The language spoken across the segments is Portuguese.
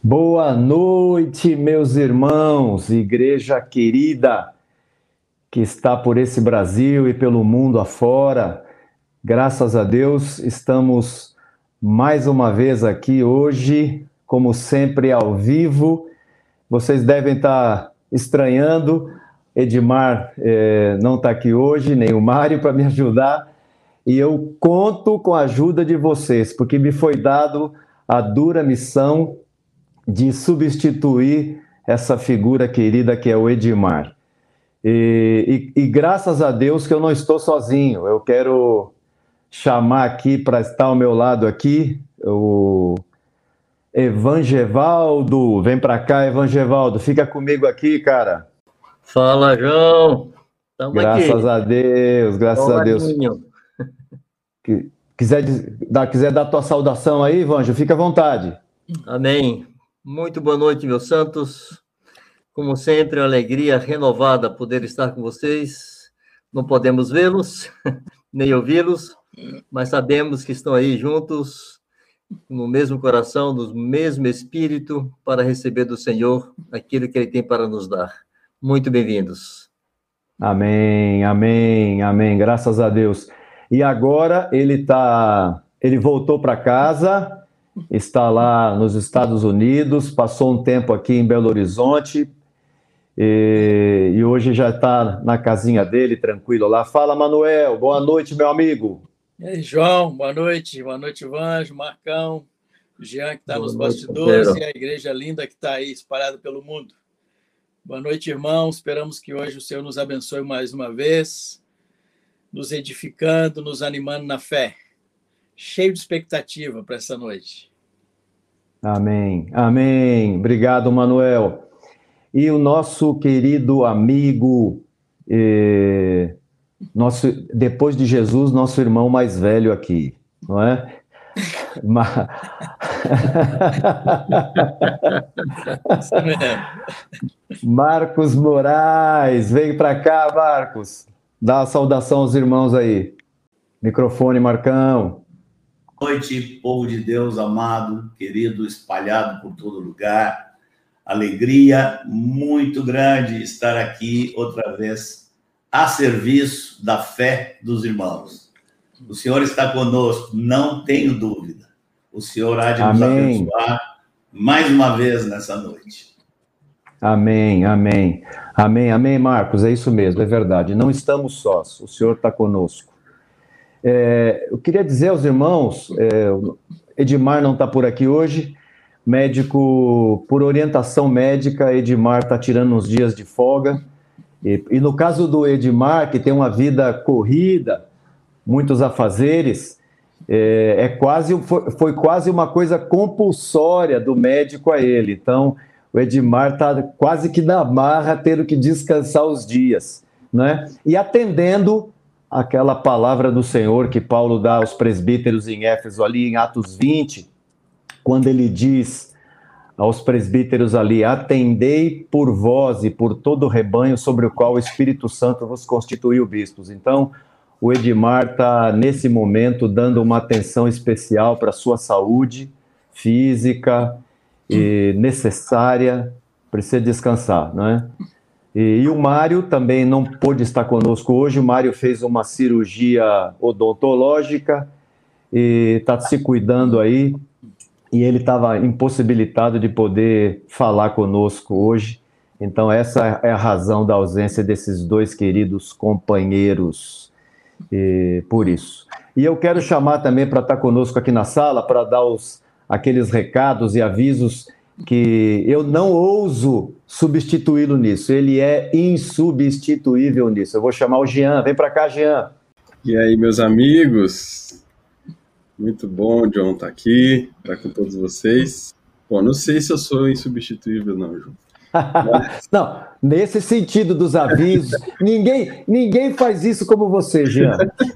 Boa noite, meus irmãos, igreja querida que está por esse Brasil e pelo mundo afora. Graças a Deus, estamos mais uma vez aqui hoje, como sempre, ao vivo. Vocês devem estar estranhando, Edmar não está aqui hoje, nem o Mário para me ajudar, e eu conto com a ajuda de vocês, porque me foi dado a dura missão de substituir essa figura querida que é o Edmar. E graças a Deus que eu não estou sozinho. Eu quero chamar aqui para estar ao meu lado aqui o Evangevaldo. Vem para cá, Evangevaldo. Fica comigo aqui, cara. Fala, João. Estamos aqui. Graças a Deus, graças a Deus. Quiser dar tua saudação aí, Evangelho, fica à vontade. Amém. Muito boa noite, meus santos. Como sempre, uma alegria renovada poder estar com vocês. Não podemos vê-los, nem ouvi-los, mas sabemos que estão aí juntos, no mesmo coração, no mesmo espírito, para receber do Senhor aquilo que Ele tem para nos dar. Muito bem-vindos. Amém, amém, amém. Graças a Deus. E agora ele voltou para casa. Está lá nos Estados Unidos, passou um tempo aqui em Belo Horizonte e hoje já está na casinha dele, tranquilo lá. Fala, Manuel, boa noite, meu amigo. E aí, João, boa noite, Vanjo, Marcão, o Jean que está nos bastidores e a igreja linda que está aí espalhada pelo mundo. Boa noite, irmãos, esperamos que hoje o Senhor nos abençoe mais uma vez, nos edificando, nos animando na fé. Cheio de expectativa para essa noite. Amém, amém. Obrigado, Manuel. E o nosso querido amigo, depois de Jesus, nosso irmão mais velho aqui, não é? Marcos Moraes, vem para cá, Marcos. Dá a saudação aos irmãos aí. Microfone, Marcão. Boa noite, povo de Deus amado, querido, espalhado por todo lugar. Alegria muito grande estar aqui outra vez a serviço da fé dos irmãos. O Senhor está conosco, não tenho dúvida. O Senhor há de nos abençoar mais uma vez nessa noite. Amém, amém. Amém, amém, Marcos, é isso mesmo, é verdade. Não estamos sós, o Senhor está conosco. Eu queria dizer aos irmãos, Edmar não está por aqui hoje, médico, por orientação médica, Edmar está tirando uns dias de folga, e no caso do Edmar, que tem uma vida corrida, muitos afazeres, foi quase uma coisa compulsória do médico a ele, então o Edmar está quase que na marra, tendo que descansar os dias, né? E atendendo aquela palavra do Senhor que Paulo dá aos presbíteros em Éfeso, ali em Atos 20, quando ele diz aos presbíteros ali: atendei por vós e por todo o rebanho sobre o qual o Espírito Santo vos constituiu bispos. Então, o Edmar está, nesse momento, dando uma atenção especial para a sua saúde física e necessária, precisa descansar, não é? E o Mário também não pôde estar conosco hoje. O Mário fez uma cirurgia odontológica e está se cuidando aí. E ele estava impossibilitado de poder falar conosco hoje. Então, essa é a razão da ausência desses dois queridos companheiros, por isso. E eu quero chamar também para estar conosco aqui na sala, para dar aqueles recados e avisos que eu não ouso substituí-lo nisso. Ele é insubstituível nisso. Eu vou chamar o Jean. Vem para cá, Jean. E aí, meus amigos? Muito bom, John, tá aqui, tá com todos vocês. Bom, não sei se eu sou insubstituível, não, João. Mas... Não, nesse sentido dos avisos, ninguém faz isso como você, Jean.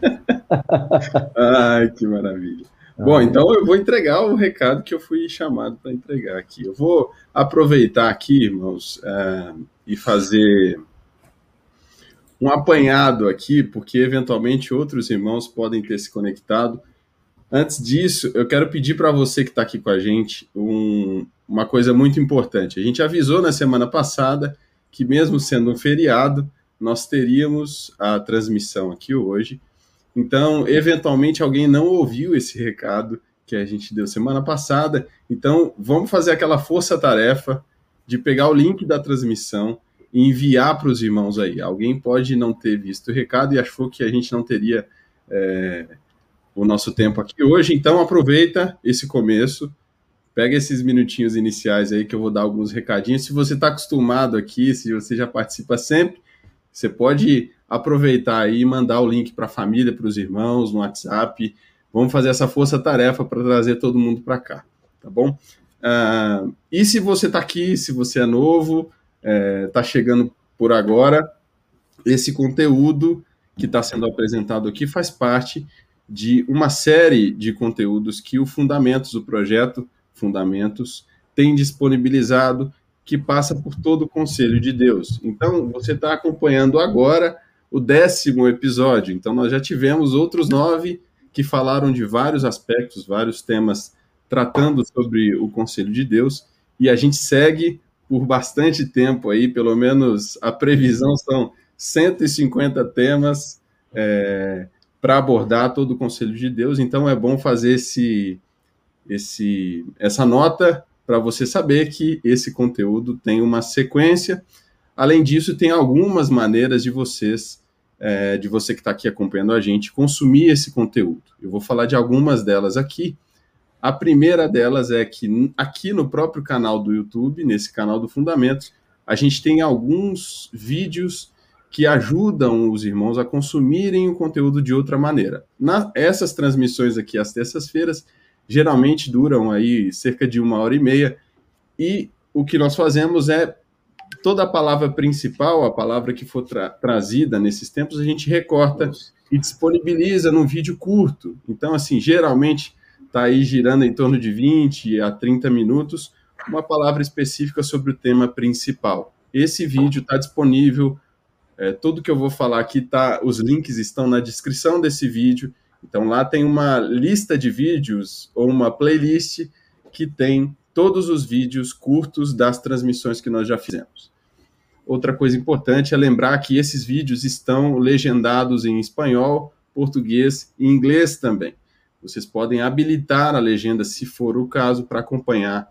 Ai, que maravilha. Bom, então eu vou entregar o recado que eu fui chamado para entregar aqui. Eu vou aproveitar aqui, irmãos, e fazer um apanhado aqui, porque eventualmente outros irmãos podem ter se conectado. Antes disso, eu quero pedir para você que está aqui com a gente uma coisa muito importante. A gente avisou na semana passada que, mesmo sendo um feriado, nós teríamos a transmissão aqui hoje. Então, eventualmente, alguém não ouviu esse recado que a gente deu semana passada. Então, vamos fazer aquela força-tarefa de pegar o link da transmissão e enviar para os irmãos aí. Alguém pode não ter visto o recado e achou que a gente não teria o nosso tempo aqui hoje. Então, aproveita esse começo, pega esses minutinhos iniciais aí que eu vou dar alguns recadinhos. Se você está acostumado aqui, se você já participa sempre, você pode aproveitar aí e mandar o link para a família, para os irmãos, no WhatsApp. Vamos fazer essa força-tarefa para trazer todo mundo para cá, tá bom? E se você está aqui, se você é novo, está chegando por agora, esse conteúdo que está sendo apresentado aqui faz parte de uma série de conteúdos que o Fundamentos, o projeto Fundamentos, tem disponibilizado, que passa por todo o Conselho de Deus. Então, você está acompanhando agora o 10º episódio. Então, nós já tivemos outros 9 que falaram de vários aspectos, vários temas tratando sobre o Conselho de Deus, e a gente segue por bastante tempo aí, pelo menos a previsão são 150 temas para abordar todo o Conselho de Deus. Então, é bom fazer essa nota para você saber que esse conteúdo tem uma sequência. Além disso, tem algumas maneiras de você que está aqui acompanhando a gente, consumir esse conteúdo. Eu vou falar de algumas delas aqui. A primeira delas é que aqui no próprio canal do YouTube, nesse canal do Fundamentos, a gente tem alguns vídeos que ajudam os irmãos a consumirem o conteúdo de outra maneira. Essas transmissões aqui às terças-feiras geralmente duram aí cerca de 1h30, e o que nós fazemos é toda a palavra principal, a palavra que for trazida nesses tempos, a gente recorta e disponibiliza num vídeo curto. Então, assim, geralmente está aí girando em torno de 20 a 30 minutos, uma palavra específica sobre o tema principal. Esse vídeo está disponível, tudo que eu vou falar aqui, os links estão na descrição desse vídeo. Então, lá tem uma lista de vídeos ou uma playlist que tem todos os vídeos curtos das transmissões que nós já fizemos. Outra coisa importante é lembrar que esses vídeos estão legendados em espanhol, português e inglês também. Vocês podem habilitar a legenda, se for o caso, para acompanhar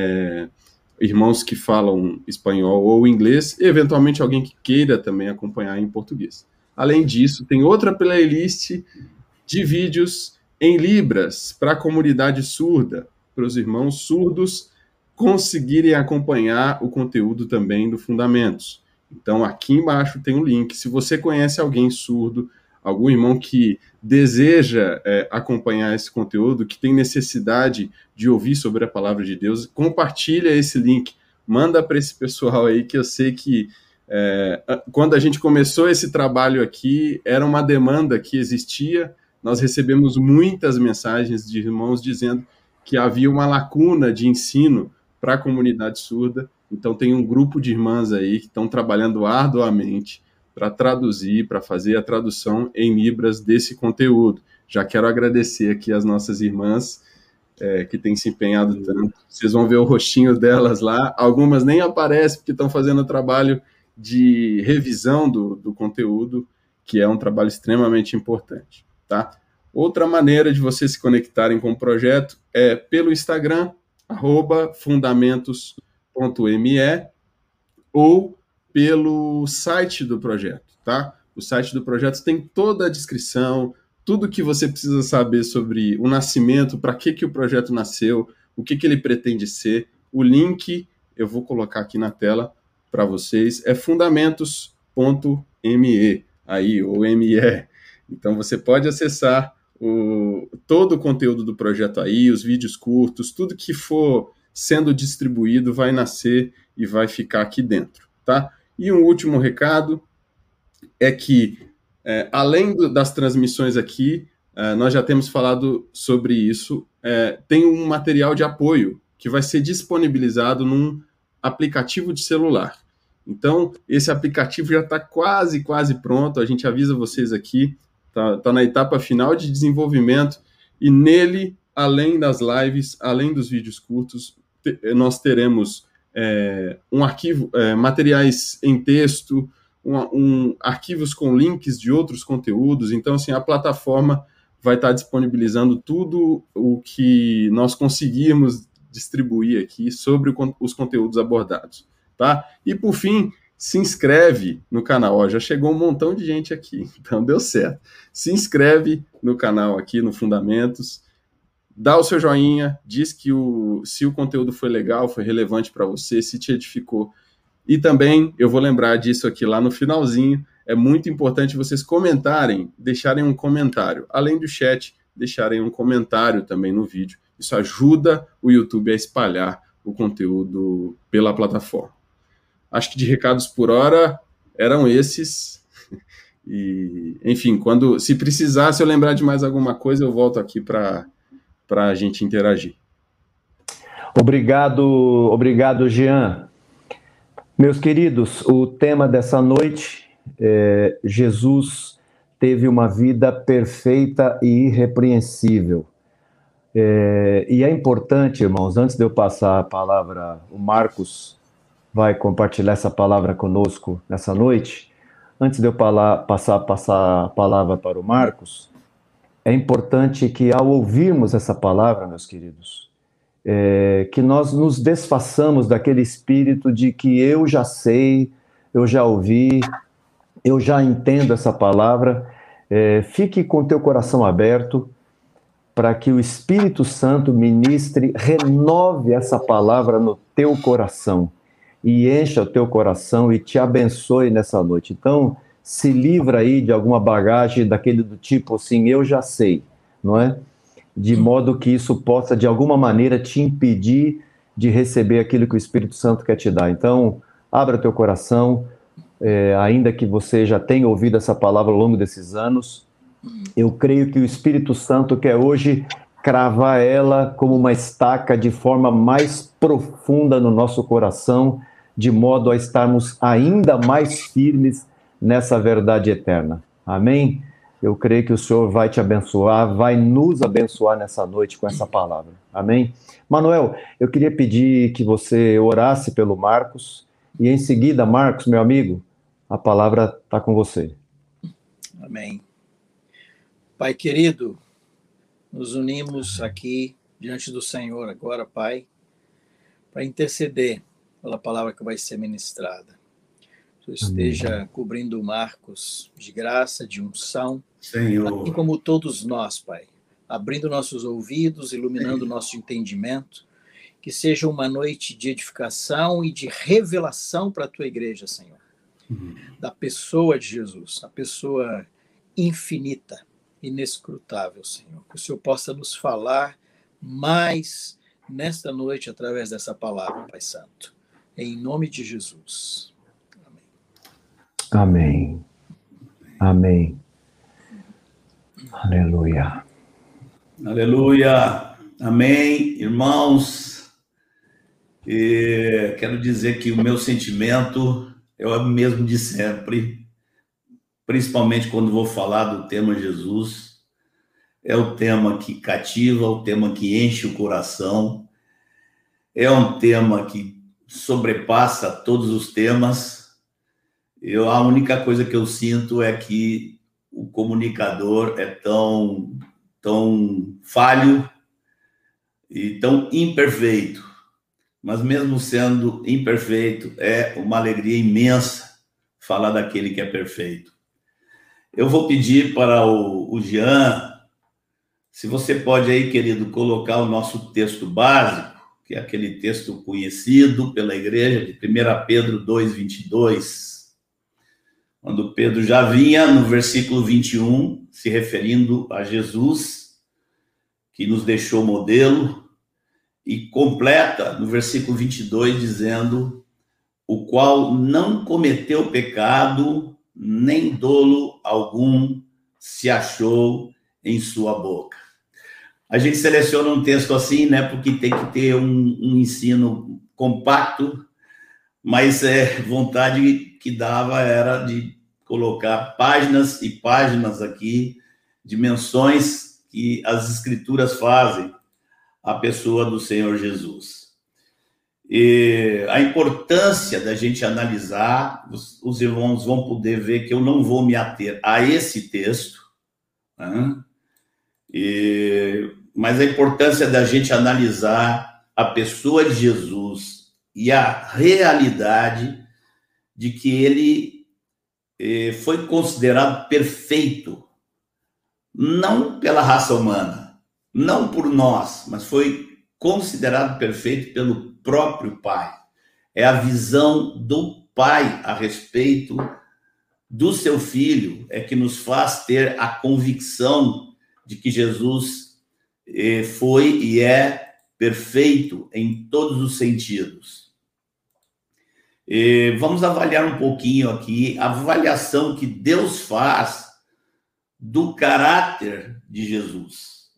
irmãos que falam espanhol ou inglês, e eventualmente alguém que queira também acompanhar em português. Além disso, tem outra playlist de vídeos em Libras para a comunidade surda, para os irmãos surdos conseguirem acompanhar o conteúdo também do Fundamentos. Então, aqui embaixo tem um link. Se você conhece alguém surdo, algum irmão que deseja acompanhar esse conteúdo, que tem necessidade de ouvir sobre a palavra de Deus, compartilha esse link, manda para esse pessoal aí, que eu sei que quando a gente começou esse trabalho aqui, era uma demanda que existia. Nós recebemos muitas mensagens de irmãos dizendo que havia uma lacuna de ensino para a comunidade surda. Então, tem um grupo de irmãs aí que estão trabalhando arduamente para traduzir, para fazer a tradução em Libras desse conteúdo. Já quero agradecer aqui as nossas irmãs que têm se empenhado tanto. Vocês vão ver o rostinho delas lá. Algumas nem aparecem porque estão fazendo o trabalho de revisão do conteúdo, que é um trabalho extremamente importante. Tá? Outra maneira de vocês se conectarem com o projeto é pelo Instagram, @fundamentos.me, ou pelo site do projeto, tá? O site do projeto tem toda a descrição, tudo que você precisa saber sobre o nascimento, para que o projeto nasceu, o que ele pretende ser. O link eu vou colocar aqui na tela para vocês, é fundamentos.me, aí, ou ME. Então, você pode acessar todo o conteúdo do projeto aí, os vídeos curtos, tudo que for sendo distribuído vai nascer e vai ficar aqui dentro, tá? E um último recado é que, além das transmissões aqui, nós já temos falado sobre isso, tem um material de apoio que vai ser disponibilizado num aplicativo de celular. Então, esse aplicativo já está quase pronto, a gente avisa vocês aqui, está na etapa final de desenvolvimento, e nele, além das lives, além dos vídeos curtos, nós teremos um arquivo, materiais em texto, arquivos com links de outros conteúdos. Então, assim, a plataforma vai estar disponibilizando tudo o que nós conseguirmos distribuir aqui sobre os conteúdos abordados, tá? E, por fim, se inscreve no canal. Ó, já chegou um montão de gente aqui, então deu certo. Se inscreve no canal aqui, no Fundamentos, dá o seu joinha, diz que se o conteúdo foi legal, foi relevante para você, se te edificou. E também, eu vou lembrar disso aqui lá no finalzinho, é muito importante vocês comentarem, deixarem um comentário. Além do chat, deixarem um comentário também no vídeo. Isso ajuda o YouTube a espalhar o conteúdo pela plataforma. Acho que de recados por hora eram esses. E, enfim, se precisar, se eu lembrar de mais alguma coisa, eu volto aqui para a gente interagir. Obrigado, Jean. Meus queridos, o tema dessa noite é: Jesus teve uma vida perfeita e irrepreensível. E é importante, irmãos, antes de eu passar a palavra, o Marcos vai compartilhar essa palavra conosco nessa noite. Antes de eu passar a palavra para o Marcos, é importante que, ao ouvirmos essa palavra, meus queridos, que nós nos desfaçamos daquele espírito de que eu já sei, eu já ouvi, eu já entendo essa palavra. Fique com teu coração aberto para que o Espírito Santo ministre, renove essa palavra no teu coração e encha o teu coração e te abençoe nessa noite. Então, se livra aí de alguma bagagem daquele do tipo assim, eu já sei, não é? De modo que isso possa, de alguma maneira, te impedir de receber aquilo que o Espírito Santo quer te dar. Então, abra teu coração, ainda que você já tenha ouvido essa palavra ao longo desses anos, eu creio que o Espírito Santo quer hoje cravar ela como uma estaca de forma mais profunda no nosso coração, de modo a estarmos ainda mais firmes nessa verdade eterna. Amém? Eu creio que o Senhor vai te abençoar, vai nos abençoar nessa noite com essa palavra. Amém? Manuel, eu queria pedir que você orasse pelo Marcos, e em seguida, Marcos, meu amigo, a palavra está com você. Amém. Pai querido, nos unimos aqui diante do Senhor agora, Pai, para interceder pela palavra que vai ser ministrada. Tu esteja cobrindo o Marcos de graça, de unção, Senhor. assim como todos nós, Pai, abrindo nossos ouvidos, iluminando nosso entendimento, que seja uma noite de edificação e de revelação para a tua igreja, Senhor, da pessoa de Jesus, a pessoa infinita, inescrutável, Senhor. Que o Senhor possa nos falar mais nesta noite através dessa palavra, Pai Santo. Em nome de Jesus. Amém. Amém. Aleluia. Aleluia. Amém. Irmãos, quero dizer que o meu sentimento é o mesmo de sempre, principalmente quando vou falar do tema Jesus. É o tema que cativa, o tema que enche o coração, é um tema que sobrepassa todos os temas. A única coisa que eu sinto é que o comunicador é tão falho e tão imperfeito, mas mesmo sendo imperfeito, é uma alegria imensa falar daquele que é perfeito. Eu vou pedir para o Jean, se você pode aí, querido, colocar o nosso texto básico, que é aquele texto conhecido pela igreja, de 1 Pedro 2:22, quando Pedro já vinha no versículo 21, se referindo a Jesus, que nos deixou modelo, e completa no versículo 22, dizendo: o qual não cometeu pecado, nem dolo algum se achou em sua boca. A gente seleciona um texto assim, né, porque tem que ter um ensino compacto, mas vontade que dava era de colocar páginas e páginas aqui de menções que as Escrituras fazem à pessoa do Senhor Jesus. E a importância da gente analisar, os irmãos vão poder ver que eu não vou me ater a esse texto, né? Mas a importância da gente analisar a pessoa de Jesus e a realidade de que ele foi considerado perfeito, não pela raça humana, não por nós, mas foi considerado perfeito pelo próprio Pai. É a visão do Pai a respeito do seu Filho é que nos faz ter a convicção de que Jesus foi e é perfeito em todos os sentidos. Vamos avaliar um pouquinho aqui a avaliação que Deus faz do caráter de Jesus.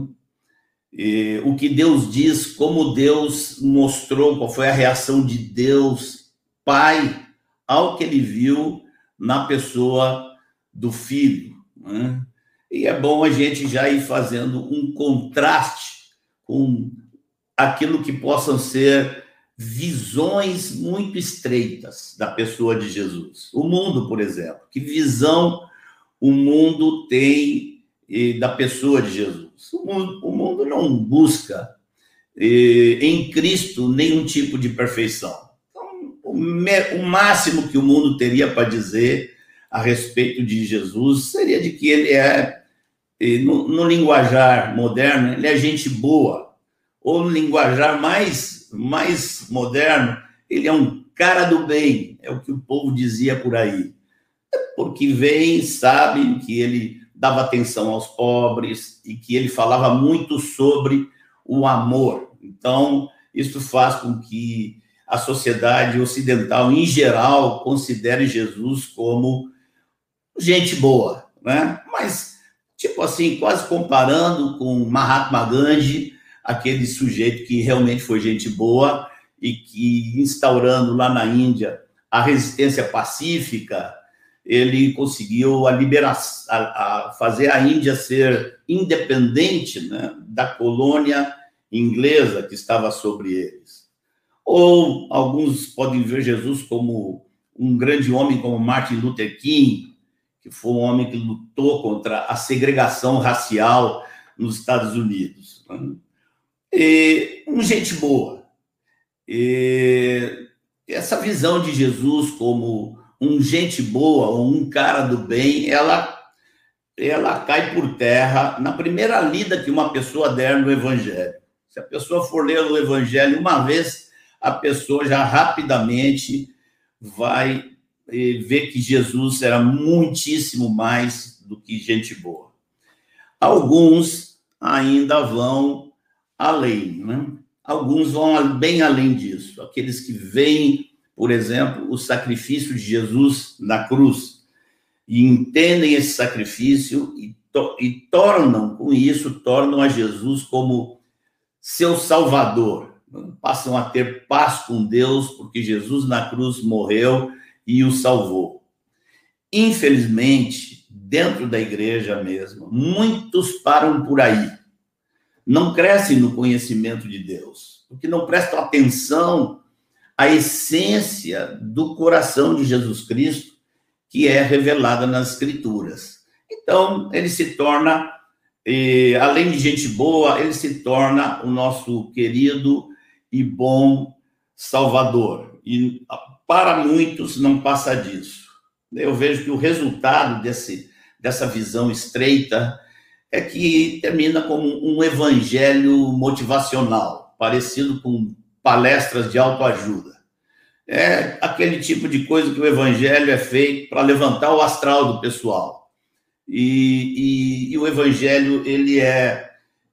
O que Deus diz, como Deus mostrou, qual foi a reação de Deus, Pai, ao que ele viu na pessoa do Filho. E é bom a gente já ir fazendo um contraste com aquilo que possam ser visões muito estreitas da pessoa de Jesus. O mundo, por exemplo, que visão o mundo tem da pessoa de Jesus? O mundo não busca em Cristo nenhum tipo de perfeição. Então, o máximo que o mundo teria para dizer a respeito de Jesus seria de que ele é, no linguajar moderno, ele é gente boa, ou no linguajar mais moderno, ele é um cara do bem, é o que o povo dizia por aí. Porque vem, sabe que ele dava atenção aos pobres e que ele falava muito sobre o amor. Então, isso faz com que a sociedade ocidental, em geral, considere Jesus como gente boa, né? Mas, tipo assim, quase comparando com Mahatma Gandhi, aquele sujeito que realmente foi gente boa e que, instaurando lá na Índia a resistência pacífica, ele conseguiu fazer a Índia ser independente, né, da colônia inglesa que estava sobre eles. Ou alguns podem ver Jesus como um grande homem como Martin Luther King, que foi um homem que lutou contra a segregação racial nos Estados Unidos. E gente boa. E essa visão de Jesus como um gente boa, ou um cara do bem, ela cai por terra na primeira lida que uma pessoa der no Evangelho. Se a pessoa for ler o Evangelho uma vez, a pessoa já rapidamente vai ver que Jesus era muitíssimo mais do que gente boa. Alguns ainda vão além, né? Alguns vão bem além disso. Aqueles que veem, por exemplo, o sacrifício de Jesus na cruz e entendem esse sacrifício e tornam a Jesus como seu Salvador. Passam a ter paz com Deus porque Jesus na cruz morreu e o salvou. Infelizmente, dentro da igreja mesmo, muitos param por aí. Não crescem no conhecimento de Deus, porque não prestam atenção à essência do coração de Jesus Cristo, que é revelada nas Escrituras. Então, ele se torna, além de gente boa, ele se torna o nosso querido e bom Salvador. E para muitos não passa disso. Eu vejo que o resultado dessa visão estreita é que termina como um evangelho motivacional, parecido com palestras de autoajuda. É aquele tipo de coisa que o evangelho é feito para levantar o astral do pessoal. E o evangelho, ele é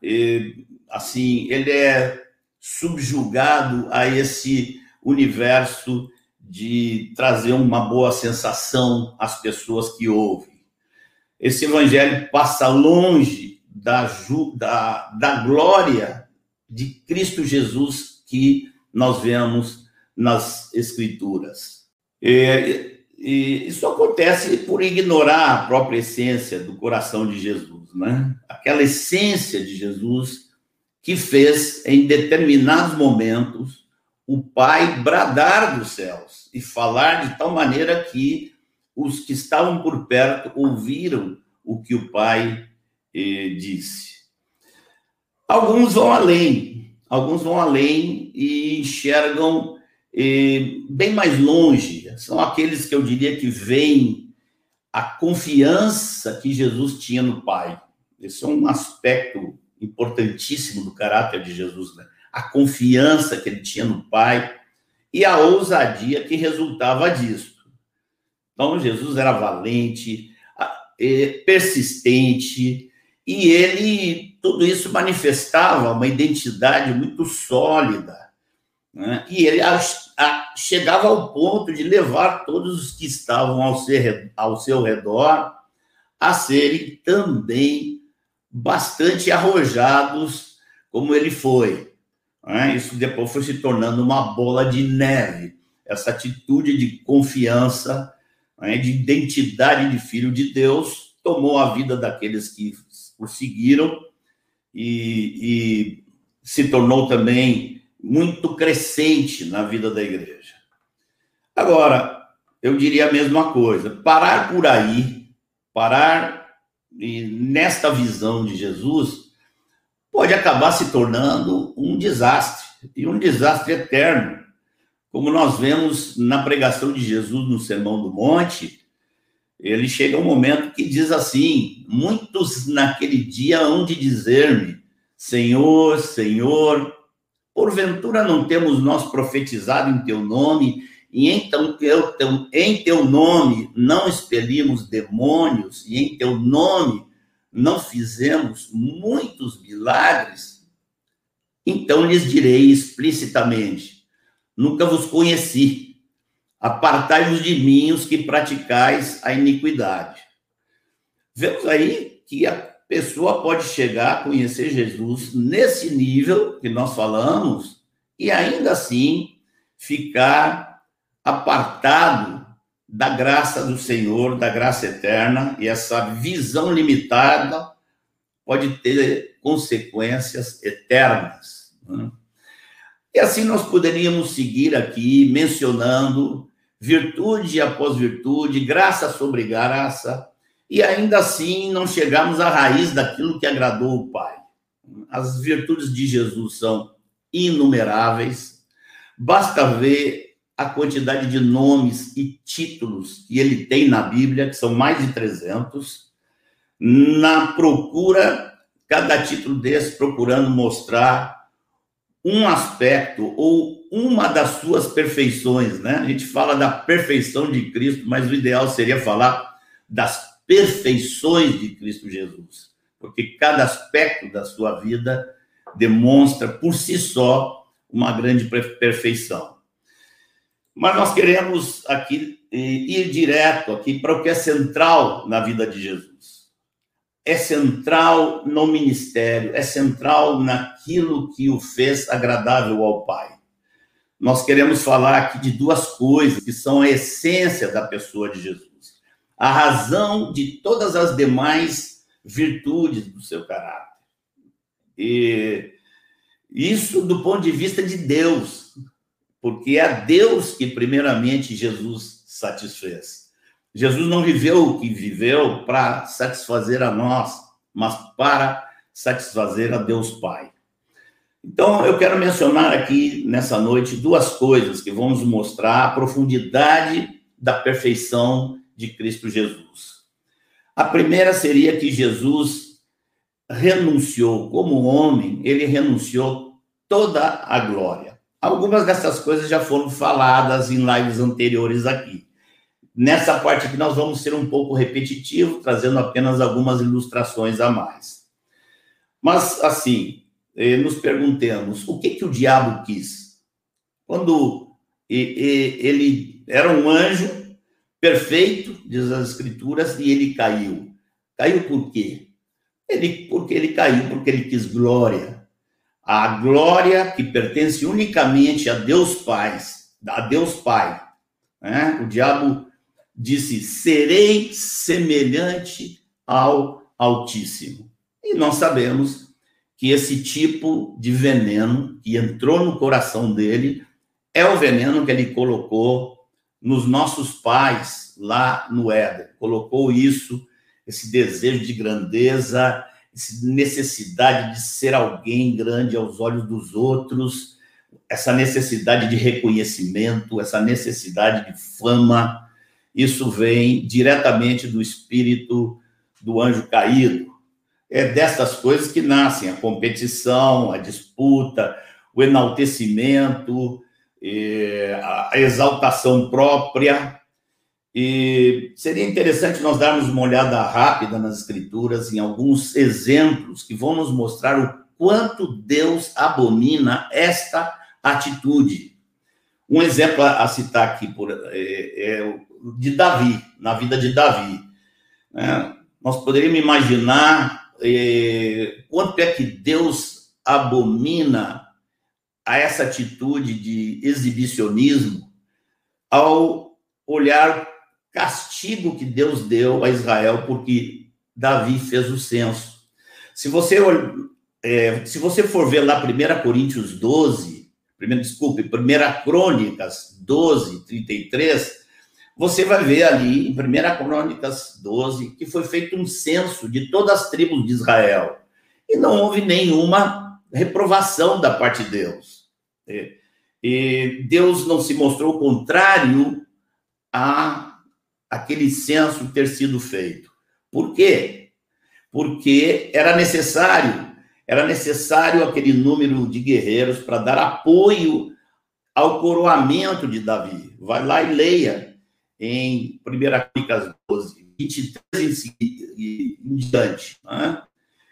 subjugado a esse universo de trazer uma boa sensação às pessoas que ouvem. Esse evangelho passa longe da glória de Cristo Jesus que nós vemos nas Escrituras. E isso acontece por ignorar a própria essência do coração de Jesus, né? Aquela essência de Jesus que fez, em determinados momentos, o Pai bradar dos céus e falar de tal maneira que os que estavam por perto ouviram o que o Pai disse. Alguns vão além e enxergam bem mais longe. São aqueles que eu diria que veem a confiança que Jesus tinha no Pai. Esse é um aspecto importantíssimo do caráter de Jesus, né? A confiança que ele tinha no Pai e a ousadia que resultava disso. Então, Jesus era valente, persistente, e ele, tudo isso manifestava uma identidade muito sólida, né? E ele chegava ao ponto de levar todos os que estavam ao seu redor a serem também bastante arrojados, como ele foi. Isso depois foi se tornando uma bola de neve, essa atitude de confiança, de identidade de filho de Deus, tomou a vida daqueles que o seguiram e se tornou também muito crescente na vida da igreja. Agora, eu diria a mesma coisa, parar por aí, nesta visão de Jesus, pode acabar se tornando um desastre, e um desastre eterno. Como nós vemos na pregação de Jesus no Sermão do Monte, ele chega um momento que diz assim: muitos naquele dia hão de dizer-me, Senhor, Senhor, porventura não temos nós profetizado em teu nome, e então em teu nome não expelimos demônios, e em teu nome não fizemos muitos milagres? Então lhes direi explicitamente: nunca vos conheci. Apartai-vos de mim, os que praticais a iniquidade. Vemos aí que a pessoa pode chegar a conhecer Jesus nesse nível que nós falamos e ainda assim ficar apartado da graça do Senhor, da graça eterna, e essa visão limitada pode ter consequências eternas, né? E assim nós poderíamos seguir aqui mencionando virtude após virtude, graça sobre graça, e ainda assim não chegamos à raiz daquilo que agradou o Pai. As virtudes de Jesus são inumeráveis, basta ver a quantidade de nomes e títulos que ele tem na Bíblia, que são mais de 300, na procura, cada título desse procurando mostrar um aspecto ou uma das suas perfeições, né? A gente fala da perfeição de Cristo, mas o ideal seria falar das perfeições de Cristo Jesus, porque cada aspecto da sua vida demonstra por si só uma grande perfeição. Mas nós queremos aqui ir direto aqui para o que é central na vida de Jesus. É central no ministério, é central naquilo que o fez agradável ao Pai. Nós queremos falar aqui de duas coisas que são a essência da pessoa de Jesus, a razão de todas as demais virtudes do seu caráter. E isso do ponto de vista de Deus, porque é a Deus que primeiramente Jesus satisfez. Jesus não viveu o que viveu para satisfazer a nós, mas para satisfazer a Deus Pai. Então, eu quero mencionar aqui, nessa noite, duas coisas que vão nos mostrar a profundidade da perfeição de Cristo Jesus. A primeira seria que Jesus renunciou, como homem, ele renunciou toda a glória. Algumas dessas coisas já foram faladas em lives anteriores aqui. Nessa parte aqui nós vamos ser um pouco repetitivo, trazendo apenas algumas ilustrações a mais. Mas, assim, nos perguntemos, o que o diabo quis? Quando ele era um anjo perfeito, diz as Escrituras, e ele caiu. Caiu por quê? Porque ele caiu, porque ele quis glória. A glória que pertence unicamente a Deus Pai, né? O diabo disse, serei semelhante ao Altíssimo. E nós sabemos que esse tipo de veneno que entrou no coração dele é o veneno que ele colocou nos nossos pais lá no Éden. Colocou isso, esse desejo de grandeza, essa necessidade de ser alguém grande aos olhos dos outros, essa necessidade de reconhecimento, essa necessidade de fama. Isso vem diretamente do espírito do anjo caído. É dessas coisas que nascem a competição, a disputa, o enaltecimento, a exaltação própria. E seria interessante nós darmos uma olhada rápida nas Escrituras em alguns exemplos que vão nos mostrar o quanto Deus abomina esta atitude. Um exemplo a citar aqui é de Davi, na vida de Davi. Nós poderíamos imaginar quanto é que Deus abomina a essa atitude de exibicionismo ao olhar o castigo que Deus deu a Israel porque Davi fez o censo. Se você for ver lá 1 Coríntios 12, 1 Crônicas 12, 33, você vai ver ali, em 1 Crônicas 12, que foi feito um censo de todas as tribos de Israel. E não houve nenhuma reprovação da parte de Deus. E Deus não se mostrou contrário a aquele censo ter sido feito. Por quê? Porque era necessário aquele número de guerreiros para dar apoio ao coroamento de Davi. Vai lá e leia em 1 Crônicas 12, 23 e em diante. Né?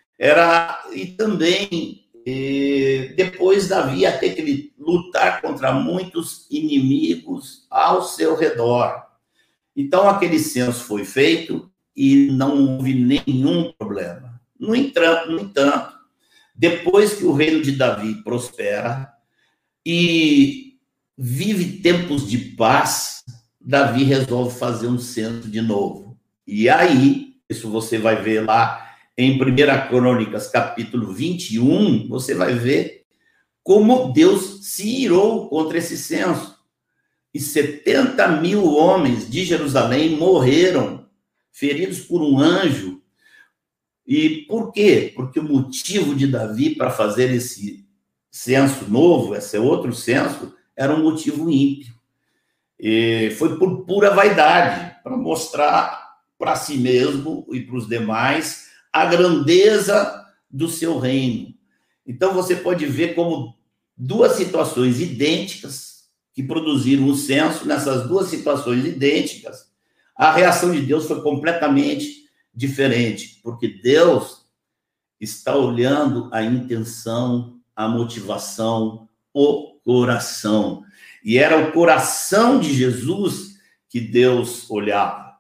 E também, depois Davi ia ter que lutar contra muitos inimigos ao seu redor. Então, aquele censo foi feito e não houve nenhum problema. No entanto, depois que o reino de Davi prospera e vive tempos de paz, Davi resolve fazer um censo de novo. E aí, isso você vai ver lá em 1 Crônicas, capítulo 21, você vai ver como Deus se irou contra esse censo. E 70 mil homens de Jerusalém morreram, feridos por um anjo. E por quê? Porque o motivo de Davi para fazer esse censo novo, esse outro censo, era um motivo ímpio. E foi por pura vaidade, para mostrar para si mesmo e para os demais a grandeza do seu reino. Então, você pode ver como duas situações idênticas que produziram um censo, nessas duas situações idênticas, a reação de Deus foi completamente diferente, porque Deus está olhando a intenção, a motivação, o coração. E era o coração de Jesus que Deus olhava.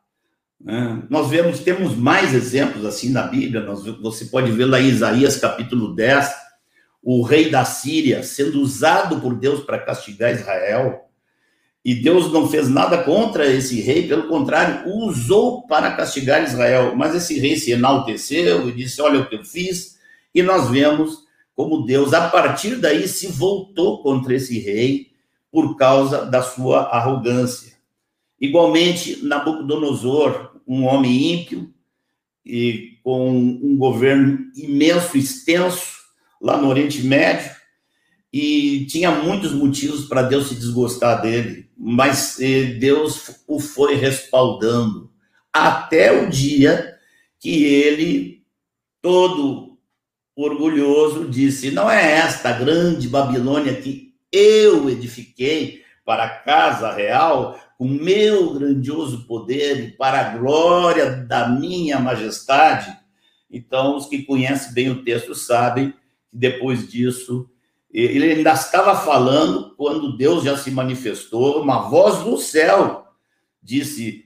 Temos mais exemplos assim na Bíblia. Você pode ver lá em Isaías capítulo 10, o rei da Síria sendo usado por Deus para castigar Israel. E Deus não fez nada contra esse rei, pelo contrário, o usou para castigar Israel. Mas esse rei se enalteceu e disse, olha o que eu fiz. E nós vemos como Deus, a partir daí, se voltou contra esse rei por causa da sua arrogância. Igualmente, Nabucodonosor, um homem ímpio, e com um governo imenso, extenso, lá no Oriente Médio, e tinha muitos motivos para Deus se desgostar dele, mas Deus o foi respaldando, até o dia que ele, todo orgulhoso, disse, não é esta a grande Babilônia que eu edifiquei para a casa real, com meu grandioso poder e para a glória da minha majestade? Então, os que conhecem bem o texto sabem que depois disso, ele ainda estava falando quando Deus já se manifestou, uma voz do céu disse,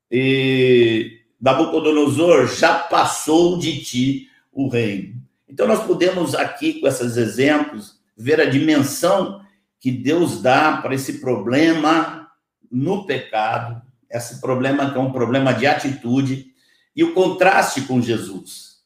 Nabucodonosor, já passou de ti o reino. Então, nós podemos aqui, com esses exemplos, ver a dimensão que Deus dá para esse problema no pecado, esse problema que é um problema de atitude, e o contraste com Jesus.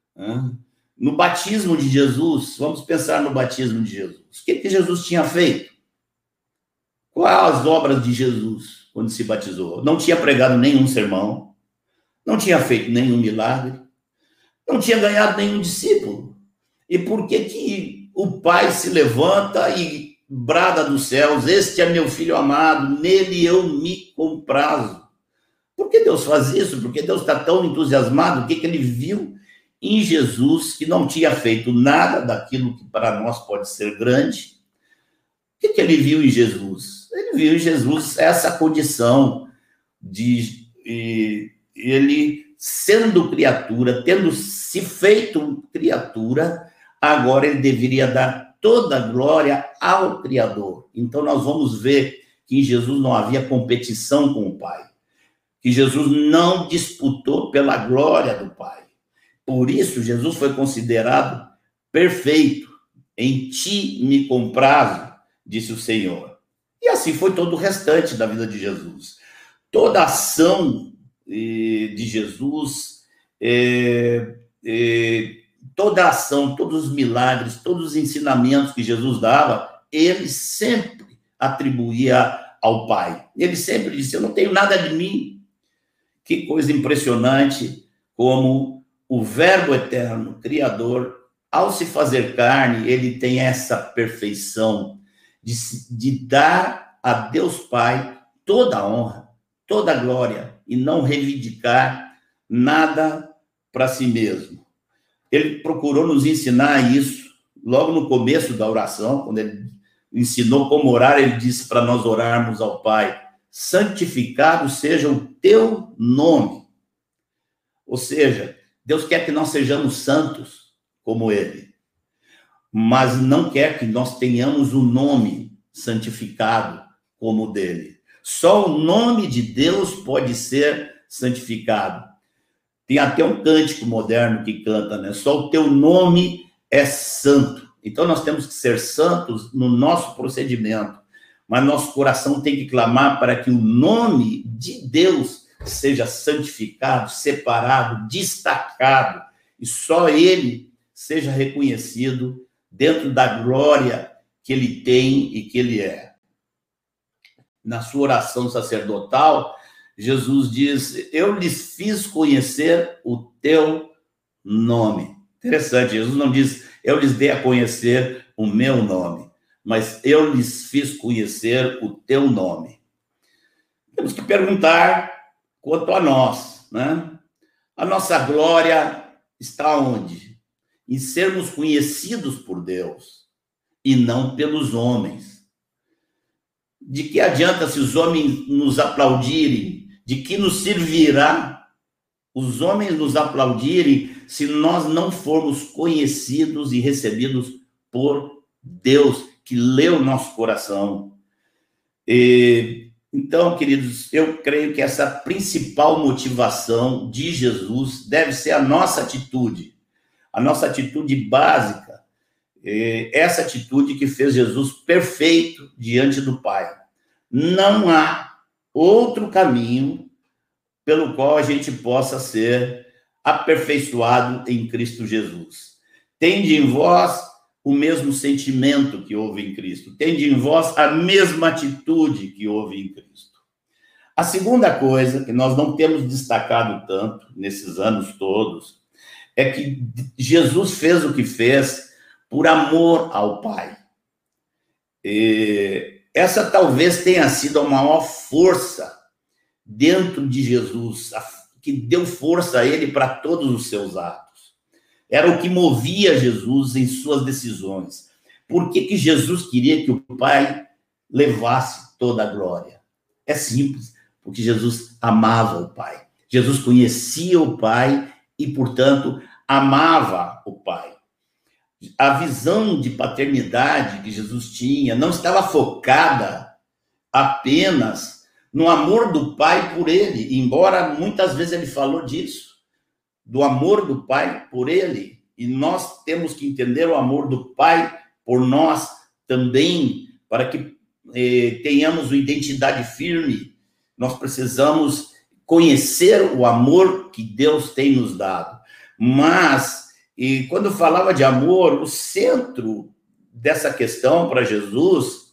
No batismo de Jesus, vamos pensar no batismo de Jesus. O que Jesus tinha feito? Quais as obras de Jesus quando se batizou? Não tinha pregado nenhum sermão, não tinha feito nenhum milagre, não tinha ganhado nenhum discípulo. E por que o Pai se levanta e brada dos céus: este é meu filho amado, nele eu me comprazo? Por que Deus faz isso? Porque Deus está tão entusiasmado. O que ele viu em Jesus, que não tinha feito nada daquilo que para nós pode ser grande? O que ele viu em Jesus? Ele viu em Jesus essa condição de ele sendo criatura, tendo se feito criatura, agora ele deveria dar toda a glória ao Criador. Então nós vamos ver que em Jesus não havia competição com o Pai, que Jesus não disputou pela glória do Pai. Por isso Jesus foi considerado perfeito. Em ti me comprazo, disse o Senhor. E assim foi todo o restante da vida de Jesus. Toda a ação de Jesus, toda a ação, todos os milagres, todos os ensinamentos que Jesus dava, ele sempre atribuía ao Pai. Ele sempre disse: eu não tenho nada de mim. Que coisa impressionante como o Verbo eterno, Criador, ao se fazer carne, ele tem essa perfeição de dar a Deus Pai toda a honra, toda a glória, e não reivindicar nada para si mesmo. Ele procurou nos ensinar isso logo no começo da oração, quando ele ensinou como orar. Ele disse para nós orarmos ao Pai: santificado seja o teu nome. Ou seja, Deus quer que nós sejamos santos como ele, mas não quer que nós tenhamos o nome santificado como o dele. Só o nome de Deus pode ser santificado. Tem até um cântico moderno que canta, né? Só o teu nome é santo. Então nós temos que ser santos no nosso procedimento, mas nosso coração tem que clamar para que o nome de Deus seja santificado, separado, destacado, e só ele seja reconhecido dentro da glória que ele tem e que ele é. Na sua oração sacerdotal, Jesus diz: eu lhes fiz conhecer o teu nome. Interessante, Jesus não diz: eu lhes dei a conhecer o meu nome, mas eu lhes fiz conhecer o teu nome. Temos que perguntar quanto a nós, né? A nossa glória está onde? Em sermos conhecidos por Deus e não pelos homens. De que adianta se os homens nos aplaudirem? De que nos servirá os homens nos aplaudirem se nós não formos conhecidos e recebidos por Deus, que lê o nosso coração? Então, queridos, eu creio que essa principal motivação de Jesus deve ser a nossa atitude básica, essa atitude que fez Jesus perfeito diante do Pai. Não há outro caminho pelo qual a gente possa ser aperfeiçoado em Cristo Jesus. Tende em vós o mesmo sentimento que houve em Cristo. Tende em vós a mesma atitude que houve em Cristo. A segunda coisa que nós não temos destacado tanto nesses anos todos é que Jesus fez o que fez por amor ao Pai. Essa talvez tenha sido a maior força dentro de Jesus, que deu força a ele para todos os seus atos. Era o que movia Jesus em suas decisões. Por que Jesus queria que o Pai levasse toda a glória? É simples, porque Jesus amava o Pai. Jesus conhecia o Pai e, portanto, amava o Pai. A visão de paternidade que Jesus tinha não estava focada apenas no amor do Pai por ele, embora muitas vezes ele falou disso, do amor do Pai por ele, e nós temos que entender o amor do Pai por nós também, para que tenhamos uma identidade firme. Nós precisamos conhecer o amor que Deus tem nos dado. Mas, quando falava de amor, o centro dessa questão para Jesus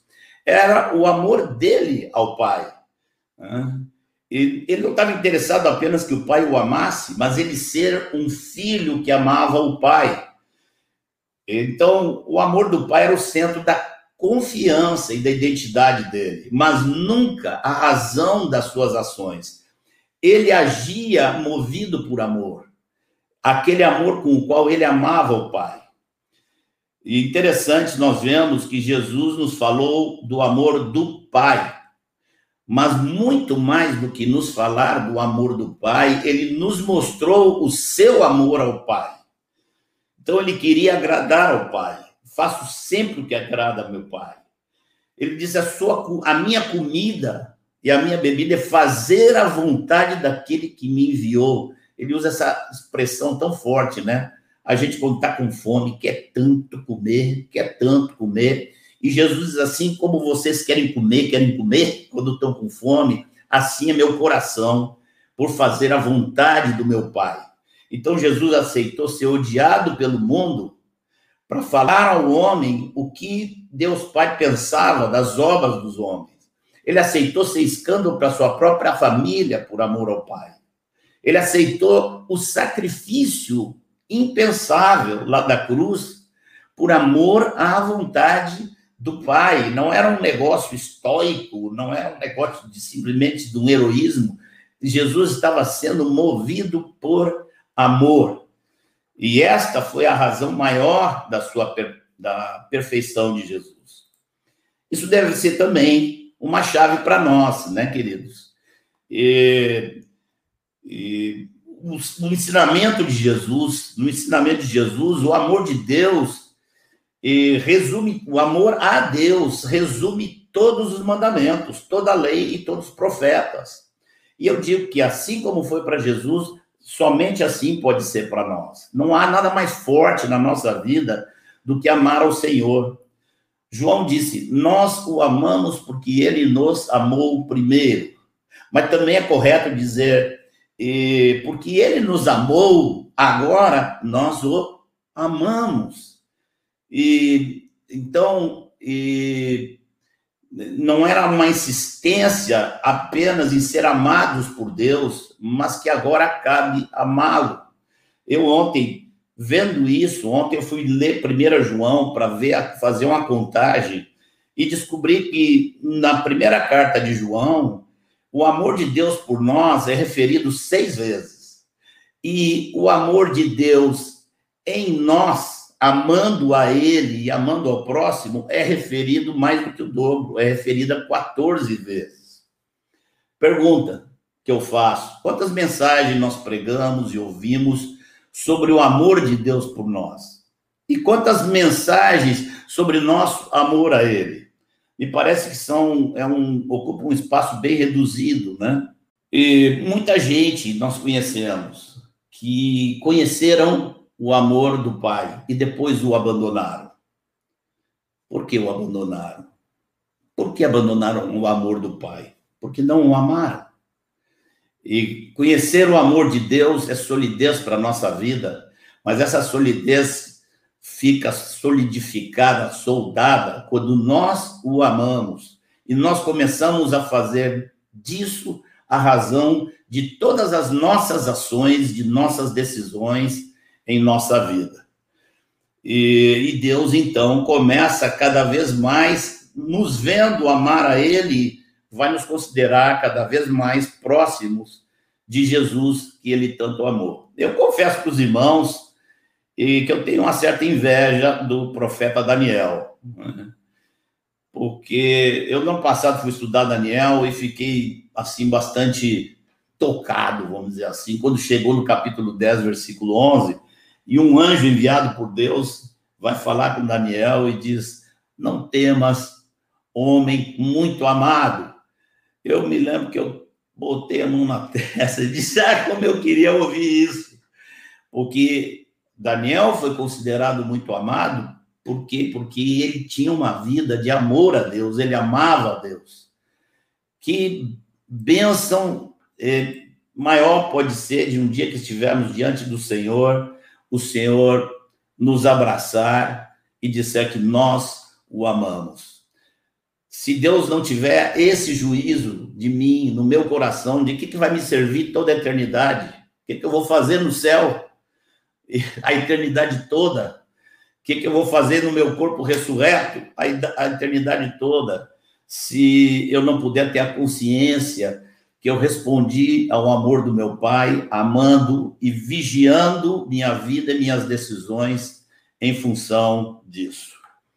era o amor dele ao Pai. Ele não estava interessado apenas que o Pai o amasse, mas ele ser um filho que amava o Pai. Então, o amor do Pai era o centro da confiança e da identidade dele, mas nunca a razão das suas ações. Ele agia movido por amor, aquele amor com o qual ele amava o Pai. E interessante, nós vemos que Jesus nos falou do amor do Pai, mas muito mais do que nos falar do amor do Pai, ele nos mostrou o seu amor ao Pai. Então ele queria agradar ao Pai. Faço sempre o que agrada ao meu Pai. Ele disse, a minha comida e a minha bebida é fazer a vontade daquele que me enviou. Ele usa essa expressão tão forte, né? A gente, quando está com fome, quer tanto comer. E Jesus diz assim, como vocês querem comer quando estão com fome, assim é meu coração, por fazer a vontade do meu Pai. Então, Jesus aceitou ser odiado pelo mundo para falar ao homem o que Deus Pai pensava das obras dos homens. Ele aceitou ser escândalo para sua própria família por amor ao Pai. Ele aceitou o sacrifício impensável lá da cruz por amor à vontade do Pai. Não era um negócio estoico, não era um negócio simplesmente de um heroísmo. Jesus estava sendo movido por amor. E esta foi a razão maior da perfeição de Jesus. Isso deve ser também uma chave para nós, né, queridos? No ensinamento de Jesus, o amor de Deus o amor a Deus resume todos os mandamentos, toda a lei e todos os profetas. E eu digo que assim como foi para Jesus, somente assim pode ser para nós. Não há nada mais forte na nossa vida do que amar ao Senhor. João disse, nós o amamos porque ele nos amou primeiro. Mas também é correto dizer, porque ele nos amou, agora nós o amamos. Então, não era uma insistência apenas em ser amados por Deus, mas que agora cabe amá-lo. Eu ontem, vendo isso, eu fui ler 1 João para fazer uma contagem e descobri que na primeira carta de João, o amor de Deus por nós é referido 6 vezes. E o amor de Deus em nós, amando a ele e amando ao próximo, é referido mais do que o dobro, é referido 14 vezes. Pergunta que eu faço, quantas mensagens nós pregamos e ouvimos sobre o amor de Deus por nós? E quantas mensagens sobre nosso amor a ele? Me parece que ocupa um espaço bem reduzido, né? E muita gente nós conhecemos que conheceram o amor do Pai e depois o abandonaram. Por que o abandonaram? Por que abandonaram o amor do Pai? Porque não o amaram. E conhecer o amor de Deus é solidez para a nossa vida, mas essa solidez fica solidificada, soldada, quando nós o amamos. E nós começamos a fazer disso a razão de todas as nossas ações, de nossas decisões em nossa vida. E Deus, então, começa cada vez mais, nos vendo amar a ele, vai nos considerar cada vez mais próximos de Jesus, que ele tanto amou. Eu confesso para os irmãos que eu tenho uma certa inveja do profeta Daniel, porque eu, no ano passado, fui estudar Daniel e fiquei, assim, bastante tocado, vamos dizer assim, quando chegou no capítulo 10, versículo 11, e um anjo enviado por Deus vai falar com Daniel e diz, não temas, homem muito amado. Eu me lembro que eu botei a mão na testa e disse, como eu queria ouvir isso. Porque Daniel foi considerado muito amado, por quê? Porque ele tinha uma vida de amor a Deus, ele amava a Deus. Que bênção maior pode ser de um dia que estivermos diante do Senhor, o Senhor nos abraçar e disser que nós o amamos. Se Deus não tiver esse juízo de mim, no meu coração, de que vai me servir toda a eternidade? O que eu vou fazer no céu a eternidade toda? O que eu vou fazer no meu corpo ressurreto a eternidade toda? Se eu não puder ter a consciência que eu respondi ao amor do meu Pai, amando e vigiando minha vida e minhas decisões em função disso.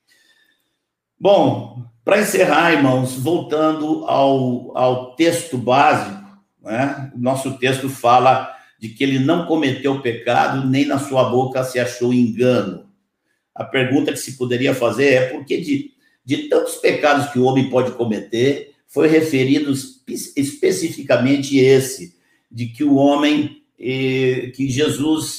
Bom, para encerrar, irmãos, voltando ao texto básico, né? O nosso texto fala de que ele não cometeu pecado, nem na sua boca se achou engano. A pergunta que se poderia fazer é por que de tantos pecados que o homem pode cometer, foi referido especificamente esse, de que o homem, que Jesus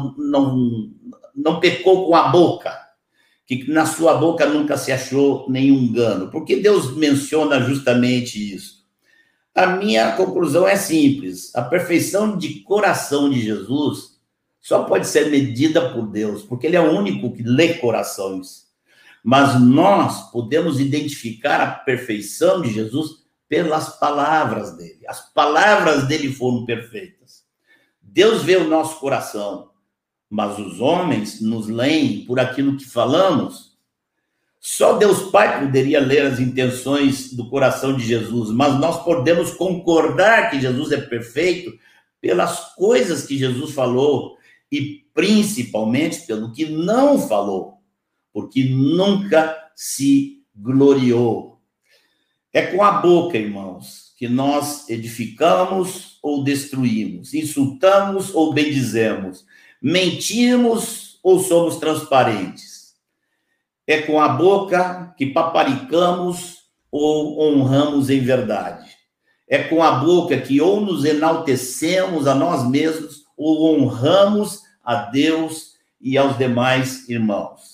não pecou com a boca, que na sua boca nunca se achou nenhum engano. Por que Deus menciona justamente isso? A minha conclusão é simples. A perfeição de coração de Jesus só pode ser medida por Deus, porque ele é o único que lê corações. Mas nós podemos identificar a perfeição de Jesus pelas palavras dele. As palavras dele foram perfeitas. Deus vê o nosso coração, mas os homens nos leem por aquilo que falamos. Só Deus Pai poderia ler as intenções do coração de Jesus, mas nós podemos concordar que Jesus é perfeito pelas coisas que Jesus falou e principalmente pelo que não falou, porque nunca se gloriou. É com a boca, irmãos, que nós edificamos ou destruímos, insultamos ou bendizemos, mentimos ou somos transparentes. É com a boca que paparicamos ou honramos em verdade. É com a boca que ou nos enaltecemos a nós mesmos ou honramos a Deus e aos demais irmãos.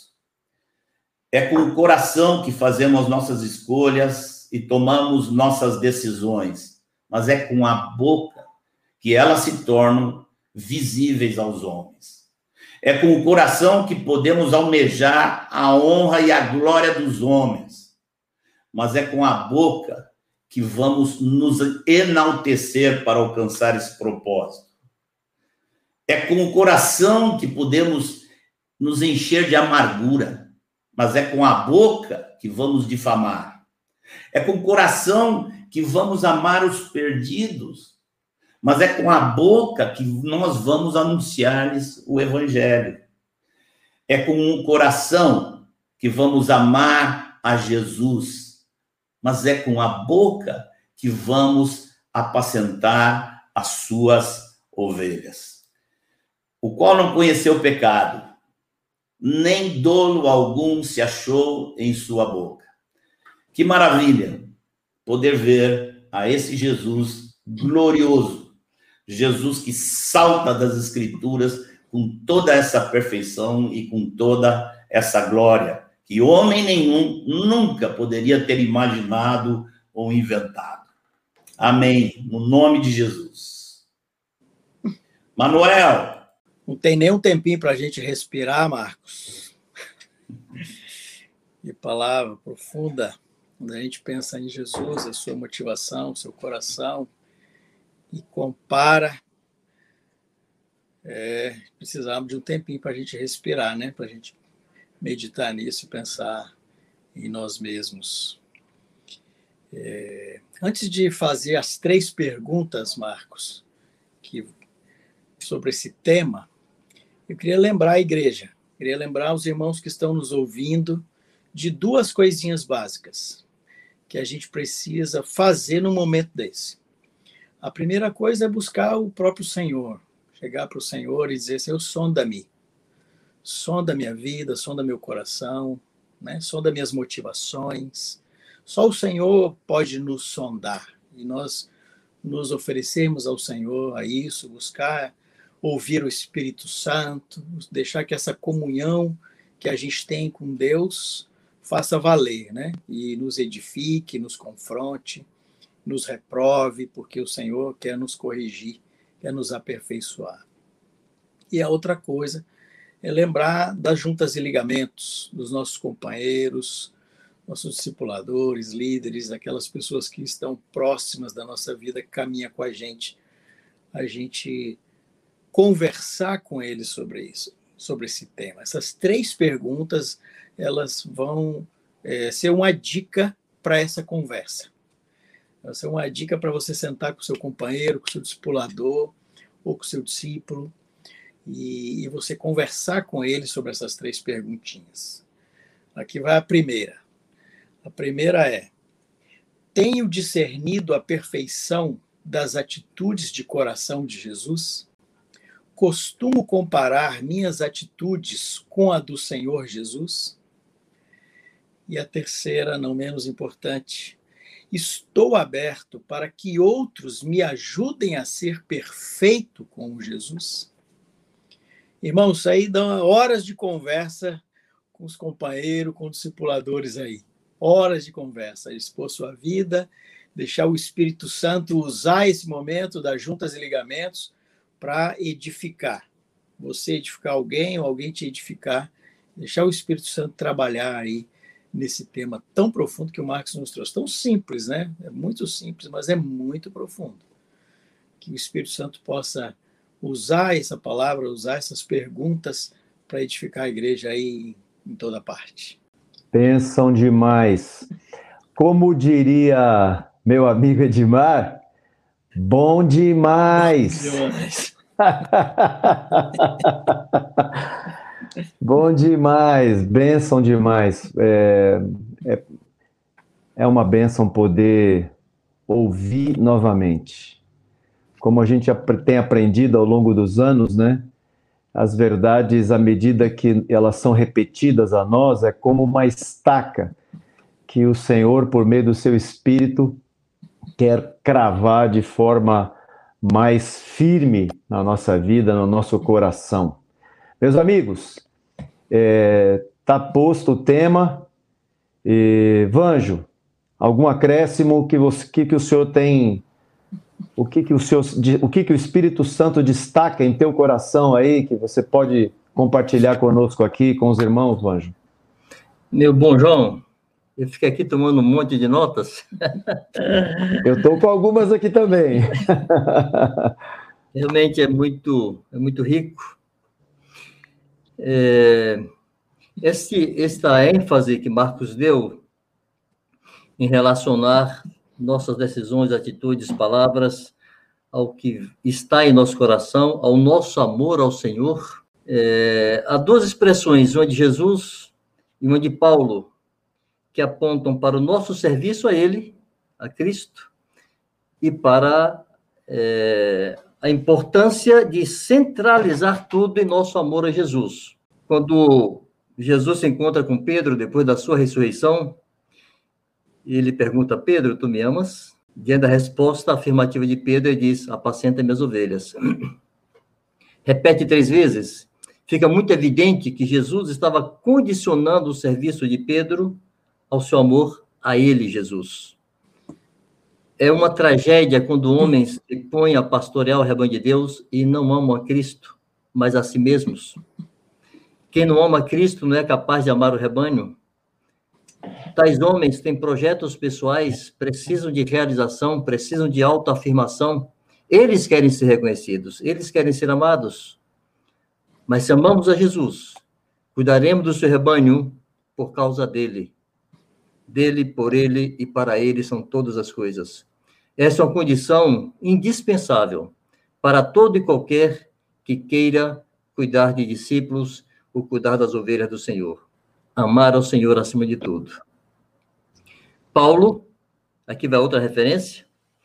É com o coração que fazemos nossas escolhas e tomamos nossas decisões, mas é com a boca que elas se tornam visíveis aos homens. É com o coração que podemos almejar a honra e a glória dos homens, mas é com a boca que vamos nos enaltecer para alcançar esse propósito. É com o coração que podemos nos encher de amargura, mas é com a boca que vamos difamar. É com o coração que vamos amar os perdidos, mas é com a boca que nós vamos anunciar-lhes o evangelho. É com o coração que vamos amar a Jesus, mas é com a boca que vamos apacentar as suas ovelhas. O qual não conheceu o pecado, nem dolo algum se achou em sua boca. Que maravilha poder ver a esse Jesus glorioso, Jesus que salta das Escrituras com toda essa perfeição e com toda essa glória, que homem nenhum nunca poderia ter imaginado ou inventado. Amém. No nome de Jesus. Manuel. Não tem nem um tempinho para a gente respirar, Marcos. Que palavra profunda. Quando a gente pensa em Jesus, a sua motivação, o seu coração, e compara, precisamos de um tempinho para a gente respirar, né? Para a gente meditar nisso e pensar em nós mesmos. Antes de fazer as 3 perguntas, Marcos, sobre esse tema, eu queria lembrar a igreja, queria lembrar os irmãos que estão nos ouvindo de 2 coisinhas básicas que a gente precisa fazer no momento desse. A primeira coisa é buscar o próprio Senhor, chegar para o Senhor e dizer, Senhor, sonda-me, sonda minha vida, sonda meu coração, né? Sonda minhas motivações. Só o Senhor pode nos sondar e nós nos oferecermos ao Senhor a isso, buscar ouvir o Espírito Santo, deixar que essa comunhão que a gente tem com Deus faça valer, né? E nos edifique, nos confronte, nos reprove, porque o Senhor quer nos corrigir, quer nos aperfeiçoar. E a outra coisa é lembrar das juntas e ligamentos, dos nossos companheiros, nossos discipuladores, líderes, aquelas pessoas que estão próximas da nossa vida, que caminham com a gente conversar com eles sobre isso, sobre esse tema. Essas 3 perguntas, elas vão ser uma dica para essa conversa. Vai ser uma dica para você sentar com o seu companheiro, com o seu discipulador ou com o seu discípulo e você conversar com ele sobre essas 3 perguntinhas. Aqui vai a primeira. A primeira é: tenho discernido a perfeição das atitudes de coração de Jesus? Costumo comparar minhas atitudes com a do Senhor Jesus? E a terceira, não menos importante: estou aberto para que outros me ajudem a ser perfeito como Jesus? Irmãos, aí dão horas de conversa com os companheiros, com os discipuladores aí. Horas de conversa, expor sua vida, deixar o Espírito Santo usar esse momento das juntas e ligamentos para edificar. Você edificar alguém ou alguém te edificar, deixar o Espírito Santo trabalhar aí nesse tema tão profundo que o Marcos nos trouxe. Tão simples, né? É muito simples, mas é muito profundo. Que o Espírito Santo possa usar essa palavra, usar essas perguntas para edificar a igreja aí em toda parte. Pensam demais. Como diria meu amigo Edmar, bom demais. Bom demais. Bom demais, bênção demais. É uma bênção poder ouvir novamente. Como a gente tem aprendido ao longo dos anos, né? As verdades, à medida que elas são repetidas a nós, é como uma estaca que o Senhor, por meio do seu Espírito, quer cravar de forma mais firme na nossa vida, no nosso coração. Meus amigos, está posto o tema. Vanjo, algum acréscimo que o senhor tem? O que o Espírito Santo destaca em teu coração aí, que você pode compartilhar conosco aqui, com os irmãos, Vanjo? Meu bom João, eu fiquei aqui tomando um monte de notas. Eu estou com algumas aqui também. Realmente é muito rico. Esta ênfase que Marcos deu em relacionar nossas decisões, atitudes, palavras ao que está em nosso coração, ao nosso amor ao Senhor. Há 2 expressões, uma de Jesus e uma de Paulo, que apontam para o nosso serviço a Ele, a Cristo, e para a importância de centralizar tudo em nosso amor a Jesus. Quando Jesus se encontra com Pedro, depois da sua ressurreição, ele pergunta: Pedro, tu me amas? Diante da resposta afirmativa de Pedro, ele diz: apacenta minhas ovelhas. Repete 3 vezes. Fica muito evidente que Jesus estava condicionando o serviço de Pedro ao seu amor a ele, Jesus. É uma tragédia quando homens se põem a pastorear o rebanho de Deus e não amam a Cristo, mas a si mesmos. Quem não ama a Cristo não é capaz de amar o rebanho. Tais homens têm projetos pessoais, precisam de realização, precisam de autoafirmação. Eles querem ser reconhecidos, eles querem ser amados. Mas se amamos a Jesus, cuidaremos do seu rebanho por causa dele. Dele, por ele e para ele são todas as coisas. Essa é uma condição indispensável para todo e qualquer que queira cuidar de discípulos ou cuidar das ovelhas do Senhor. Amar ao Senhor acima de tudo. Paulo, aqui vai outra referência,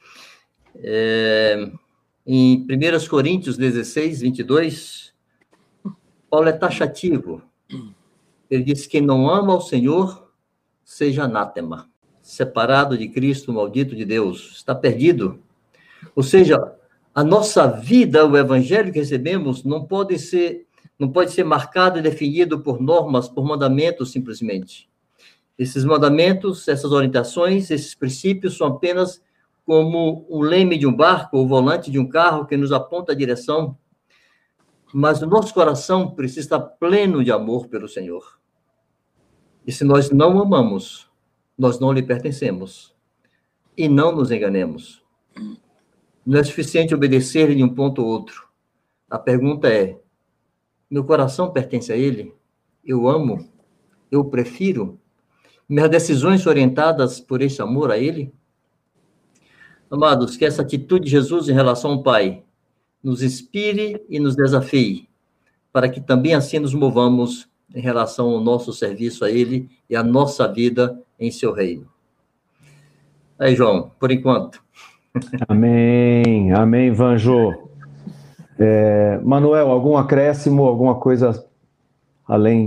em 1 Coríntios 16, 22, Paulo é taxativo. Ele diz: quem não ama ao Senhor, seja anátema. Separado de Cristo, maldito de Deus, está perdido. Ou seja, a nossa vida, o evangelho que recebemos, não pode ser marcado e definido por normas, por mandamentos, simplesmente. Esses mandamentos, essas orientações, esses princípios são apenas como o leme de um barco, o volante de um carro que nos aponta a direção. Mas o nosso coração precisa estar pleno de amor pelo Senhor. E se nós não amamos, nós não lhe pertencemos. E não nos enganemos. Não é suficiente obedecer-lhe de um ponto ou outro. A pergunta é, meu coração pertence a ele? Eu amo? Eu prefiro? Minhas decisões são orientadas por esse amor a ele? Amados, que essa atitude de Jesus em relação ao Pai nos inspire e nos desafie, para que também assim nos movamos em relação ao nosso serviço a Ele e à nossa vida em seu reino. Aí, João, por enquanto. Amém, amém, Vanjo. Manuel, algum acréscimo, alguma coisa além?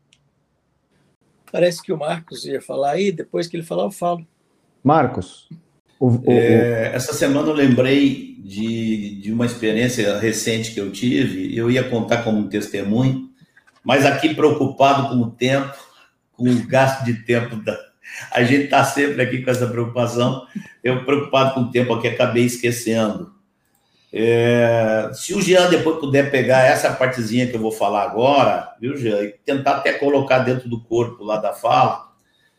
Parece que o Marcos ia falar aí, depois que ele falar, eu falo. Marcos. Essa semana eu lembrei de uma experiência recente que eu tive, eu ia contar como um testemunho, mas aqui preocupado com o tempo, com o gasto de tempo. A gente está sempre aqui com essa preocupação, eu preocupado com o tempo aqui, acabei esquecendo. Se o Jean depois puder pegar essa partezinha que eu vou falar agora, viu, Jean, e tentar até colocar dentro do corpo lá da fala,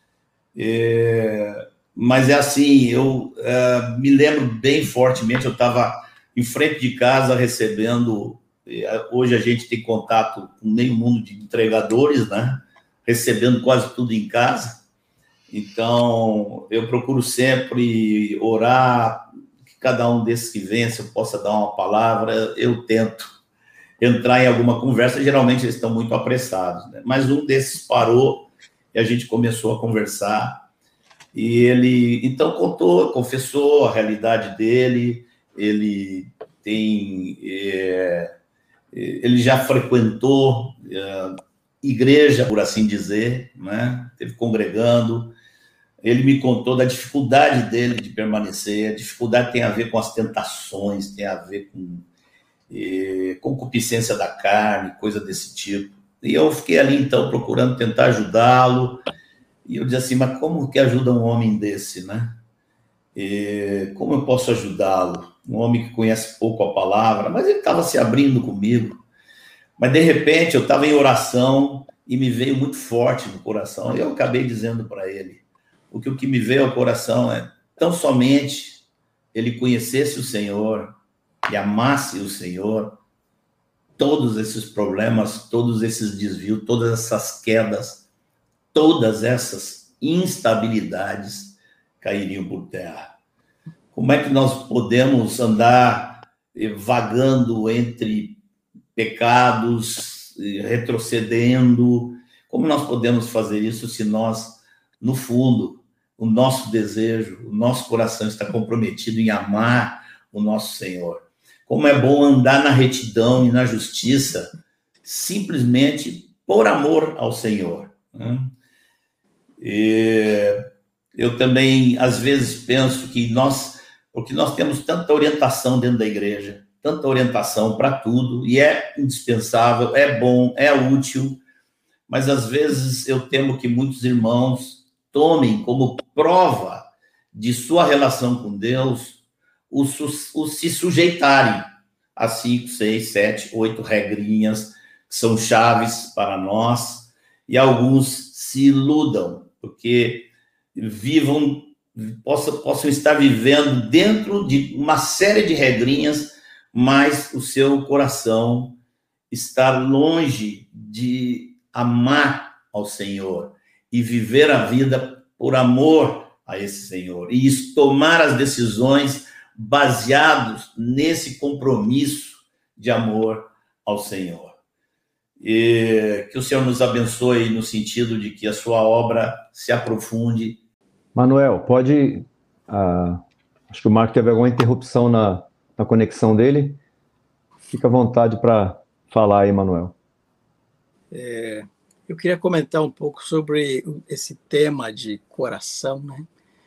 mas é assim, eu me lembro bem fortemente, eu estava em frente de casa recebendo, hoje a gente tem contato com meio mundo de entregadores, né? Recebendo quase tudo em casa, então eu procuro sempre orar, que cada um desses que vem, se eu possa dar uma palavra, eu tento entrar em alguma conversa, geralmente eles estão muito apressados, né? Mas um desses parou e a gente começou a conversar, e ele, então, confessou a realidade dele, ele já frequentou igreja, por assim dizer, né? Teve congregando, ele me contou da dificuldade dele de permanecer, a dificuldade tem a ver com as tentações, tem a ver com concupiscência da carne, coisa desse tipo, e eu fiquei ali, então, procurando tentar ajudá-lo. E eu disse assim, mas como que ajuda um homem desse, né? Como eu posso ajudá-lo? Um homem que conhece pouco a palavra, mas ele estava se abrindo comigo. Mas, de repente, eu estava em oração e me veio muito forte no coração. E eu acabei dizendo para ele, o que me veio ao coração é, tão somente ele conhecesse o Senhor e amasse o Senhor, todos esses problemas, todos esses desvios, todas essas quedas, todas essas instabilidades cairiam por terra. Como é que nós podemos andar vagando entre pecados, retrocedendo? Como nós podemos fazer isso se nós, no fundo, o nosso desejo, o nosso coração está comprometido em amar o nosso Senhor? Como é bom andar na retidão e na justiça, simplesmente por amor ao Senhor, né? Eu também, às vezes, penso que porque nós temos tanta orientação dentro da igreja, tanta orientação para tudo, e é indispensável, é bom, é útil, mas às vezes eu temo que muitos irmãos tomem como prova de sua relação com Deus o se sujeitarem a 5, 6, 7, 8 regrinhas que são chaves para nós, e alguns se iludam, porque possam estar vivendo dentro de uma série de regrinhas, mas o seu coração está longe de amar ao Senhor e viver a vida por amor a esse Senhor, e tomar as decisões baseados nesse compromisso de amor ao Senhor. E que o Senhor nos abençoe no sentido de que a sua obra se aprofunde. Manuel, pode... acho que o Marco teve alguma interrupção na conexão dele. Fica à vontade para falar aí, Manuel. Eu queria comentar um pouco sobre esse tema de coração, né?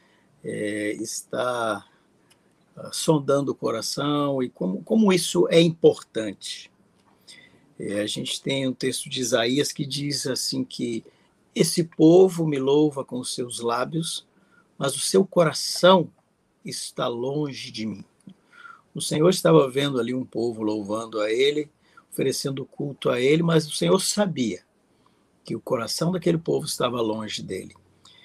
Está sondando o coração e como isso é importante. A gente tem um texto de Isaías que diz assim que esse povo me louva com os seus lábios, mas o seu coração está longe de mim. O Senhor estava vendo ali um povo louvando a Ele, oferecendo culto a Ele, mas o Senhor sabia que o coração daquele povo estava longe dele.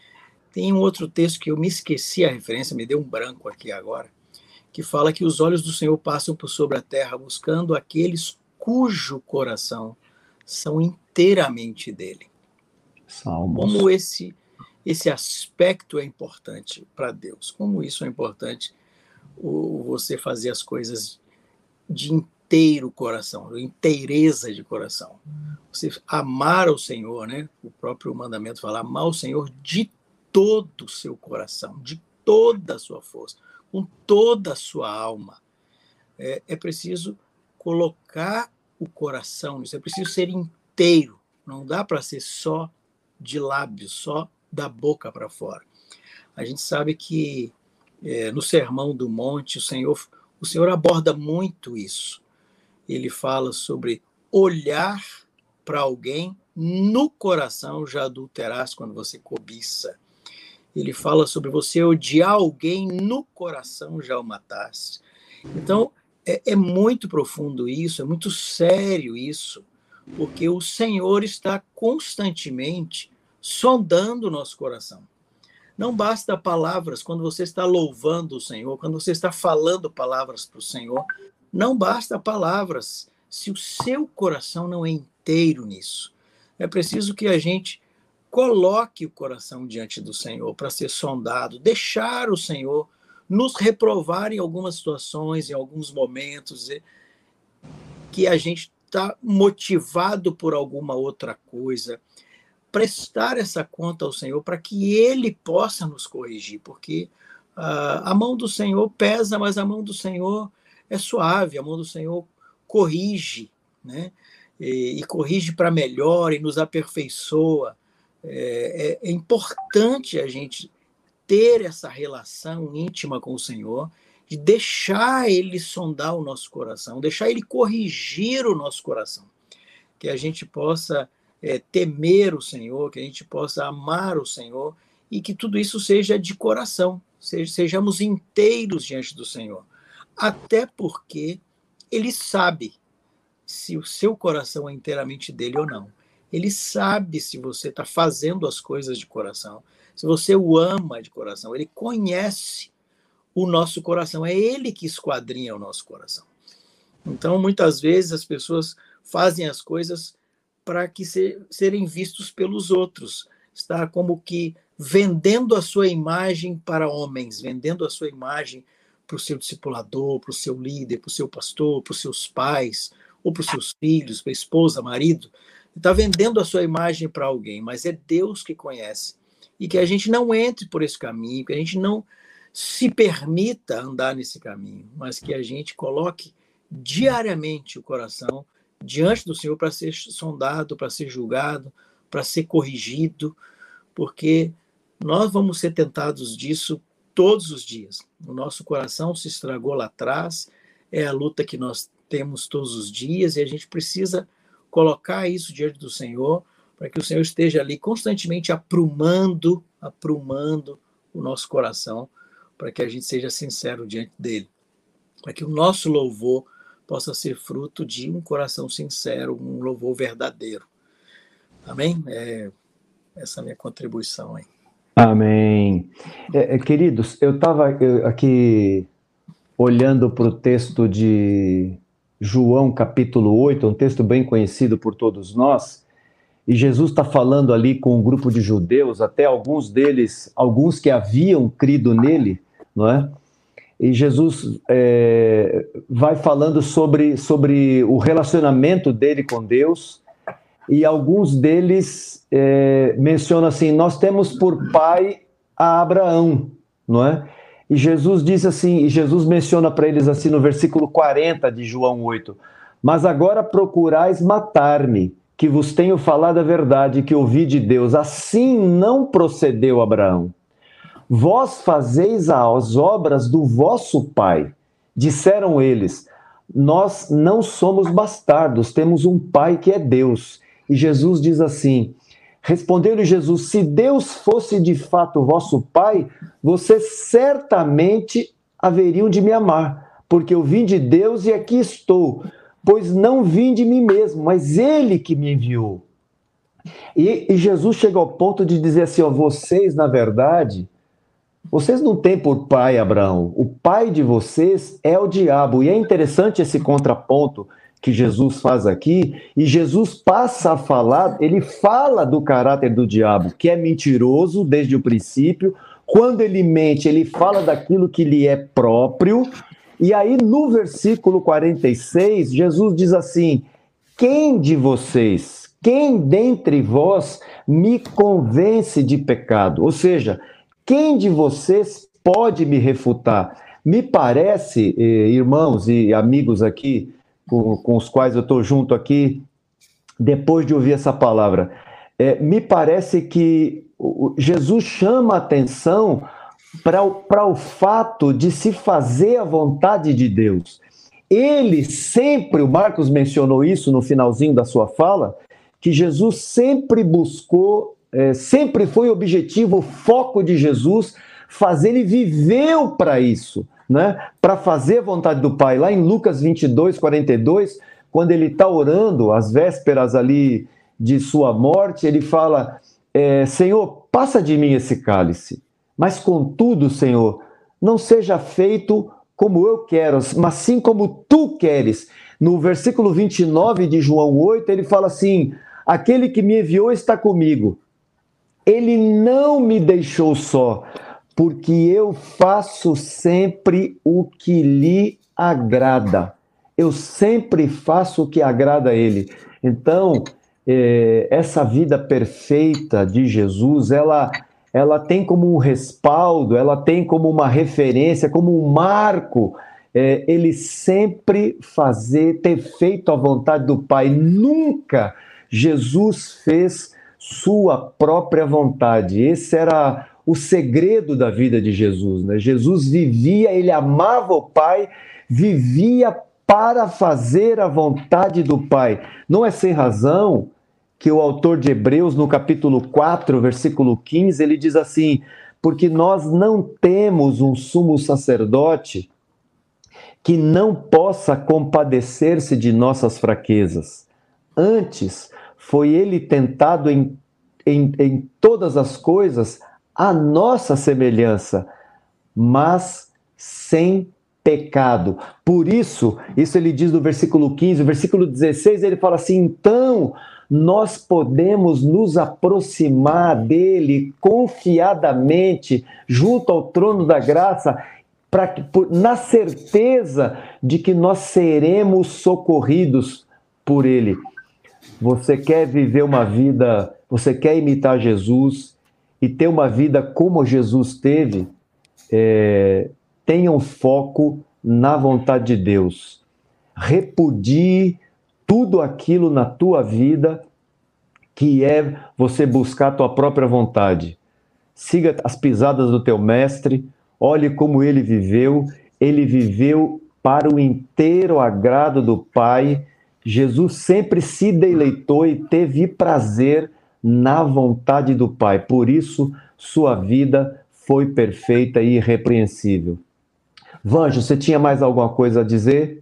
Tem um outro texto que eu me esqueci a referência, me deu um branco aqui agora, que fala que os olhos do Senhor passam por sobre a terra, buscando aqueles cujo coração são inteiramente dele. Salmos. Como esse aspecto é importante para Deus, como isso é importante, você fazer as coisas de inteiro coração, de inteireza de coração. Você amar o Senhor, né? O próprio mandamento fala, amar o Senhor de todo o seu coração, de toda a sua força, com toda a sua alma. É preciso colocar o coração nisso, é preciso ser inteiro, não dá para ser só de lábios, só da boca para fora. A gente sabe que no Sermão do Monte, o Senhor aborda muito isso. Ele fala sobre olhar para alguém no coração já adulteraste quando você cobiça. Ele fala sobre você odiar alguém no coração já o mataste. Então, é muito profundo isso, é muito sério isso, porque o Senhor está constantemente sondando o nosso coração. Não basta palavras, quando você está louvando o Senhor, quando você está falando palavras para o Senhor, não basta palavras se o seu coração não é inteiro nisso. É preciso que a gente coloque o coração diante do Senhor para ser sondado, deixar o Senhor nos reprovar em algumas situações, em alguns momentos, que a gente está motivado por alguma outra coisa, prestar essa conta ao Senhor para que Ele possa nos corrigir, porque a mão do Senhor pesa, mas a mão do Senhor é suave, a mão do Senhor corrige, né? E corrige para melhor e nos aperfeiçoa. É importante a gente ter essa relação íntima com o Senhor, de deixar Ele sondar o nosso coração, deixar Ele corrigir o nosso coração, que a gente possa temer o Senhor, que a gente possa amar o Senhor e que tudo isso seja de coração, sejamos inteiros diante do Senhor. Até porque Ele sabe se o seu coração é inteiramente dele ou não. Ele sabe se você está fazendo as coisas de coração, se você o ama de coração. Ele conhece o nosso coração, é Ele que esquadrinha o nosso coração. Então, muitas vezes, as pessoas fazem as coisas para que serem vistos pelos outros. Está como que vendendo a sua imagem para homens, vendendo a sua imagem para o seu discipulador, para o seu líder, para o seu pastor, para os seus pais, ou para os seus filhos, para a esposa, marido. Está vendendo a sua imagem para alguém, mas é Deus que conhece. E que a gente não entre por esse caminho, que a gente não se permita andar nesse caminho, mas que a gente coloque diariamente o coração diante do Senhor para ser sondado, para ser julgado, para ser corrigido, porque nós vamos ser tentados disso todos os dias. O nosso coração se estragou lá atrás, é a luta que nós temos todos os dias e a gente precisa colocar isso diante do Senhor para que o Senhor esteja ali constantemente aprumando o nosso coração, para que a gente seja sincero diante dele, para que o nosso louvor possa ser fruto de um coração sincero, um louvor verdadeiro. Amém? Essa é a minha contribuição aí. Amém. Queridos, eu estava aqui olhando para o texto de João, capítulo 8, um texto bem conhecido por todos nós, e Jesus está falando ali com um grupo de judeus, até alguns deles, alguns que haviam crido nele, não é? E Jesus vai falando sobre o relacionamento dele com Deus, e alguns deles mencionam assim, nós temos por pai a Abraão, não é? E Jesus diz assim, e Jesus menciona para eles assim no versículo 40 de João 8, mas agora procurais matar-me, que vos tenho falado a verdade, que ouvi de Deus, assim não procedeu Abraão. Vós fazeis as obras do vosso pai. Disseram eles, nós não somos bastardos, temos um pai que é Deus. E Jesus diz assim, respondeu-lhe Jesus, se Deus fosse de fato vosso pai, vocês certamente haveriam de me amar, porque eu vim de Deus e aqui estou, pois não vim de mim mesmo, mas Ele que me enviou. E Jesus chega ao ponto de dizer assim, ó, vocês, na verdade, vocês não têm por pai Abraão. O pai de vocês é o diabo. E é interessante esse contraponto que Jesus faz aqui. E Jesus passa a falar, ele fala do caráter do diabo, que é mentiroso desde o princípio. Quando ele mente, ele fala daquilo que lhe é próprio. E aí, no versículo 46, Jesus diz assim, quem de vocês, quem dentre vós me convence de pecado? Ou seja, quem de vocês pode me refutar? Me parece, irmãos e amigos aqui, com os quais eu estou junto aqui, depois de ouvir essa palavra, me parece que Jesus chama a atenção para o fato de se fazer a vontade de Deus. Ele sempre, o Marcos mencionou isso no finalzinho da sua fala, que Jesus sempre buscou, sempre foi o objetivo, o foco de Jesus, fazer, ele viveu para isso, né? Para fazer a vontade do Pai. Lá em Lucas 22, 42, quando ele está orando, às vésperas ali de sua morte, ele fala, Senhor, passa de mim esse cálice, mas contudo, Senhor, não seja feito como eu quero, mas sim como tu queres. No versículo 29 de João 8, ele fala assim, aquele que me enviou está comigo. Ele não me deixou só, porque eu faço sempre o que lhe agrada. Eu sempre faço o que agrada a ele. Então, essa vida perfeita de Jesus, ela tem como um respaldo, ela tem como uma referência, como um marco, ele sempre ter feito a vontade do Pai. Nunca Jesus fez sua própria vontade. Esse era o segredo da vida de Jesus, né? Jesus vivia, ele amava o Pai, vivia para fazer a vontade do Pai. Não é sem razão que o autor de Hebreus, no capítulo 4, versículo 15, ele diz assim, porque nós não temos um sumo sacerdote que não possa compadecer-se de nossas fraquezas. Antes, foi ele tentado em todas as coisas à nossa semelhança, mas sem pecado. Por isso ele diz no versículo 15, o versículo 16, ele fala assim, então nós podemos nos aproximar dele confiadamente junto ao trono da graça, na certeza de que nós seremos socorridos por ele. Você quer viver uma vida, você quer imitar Jesus e ter uma vida como Jesus teve, tenha um foco na vontade de Deus. Repudie tudo aquilo na tua vida que é você buscar a tua própria vontade. Siga as pisadas do teu mestre, olhe como ele viveu para o inteiro agrado do Pai. Jesus sempre se deleitou e teve prazer na vontade do Pai. Por isso, sua vida foi perfeita e irrepreensível. Vanjo, você tinha mais alguma coisa a dizer?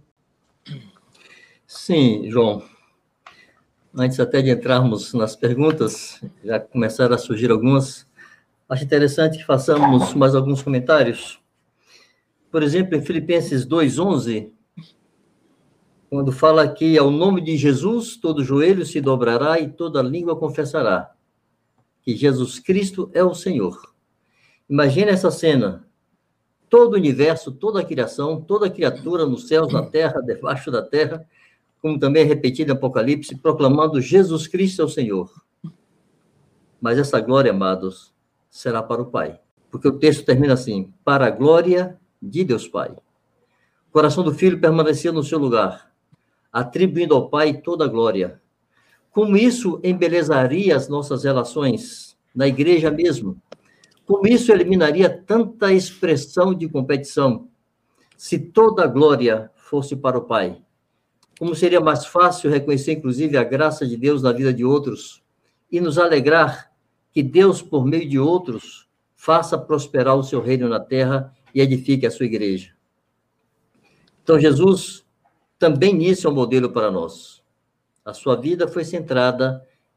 Sim, João. Antes até de entrarmos nas perguntas, já começaram a surgir algumas. Acho interessante que façamos mais alguns comentários. Por exemplo, em Filipenses 2:11, quando fala que ao nome de Jesus, todo joelho se dobrará e toda língua confessará que Jesus Cristo é o Senhor. Imagina essa cena. Todo o universo, toda a criação, toda a criatura nos céus, na terra, debaixo da terra, como também é repetido em Apocalipse, proclamando Jesus Cristo é o Senhor. Mas essa glória, amados, será para o Pai. Porque o texto termina assim, para a glória de Deus Pai. O coração do Filho permanecia no seu lugar, atribuindo ao Pai toda a glória. Como isso embelezaria as nossas relações na igreja mesmo? Como isso eliminaria tanta expressão de competição, se toda a glória fosse para o Pai? Como seria mais fácil reconhecer, inclusive, a graça de Deus na vida de outros e nos alegrar que Deus, por meio de outros, faça prosperar o seu reino na terra e edifique a sua igreja. Então, Jesus também nisso é um modelo para nós. A sua vida foi centrada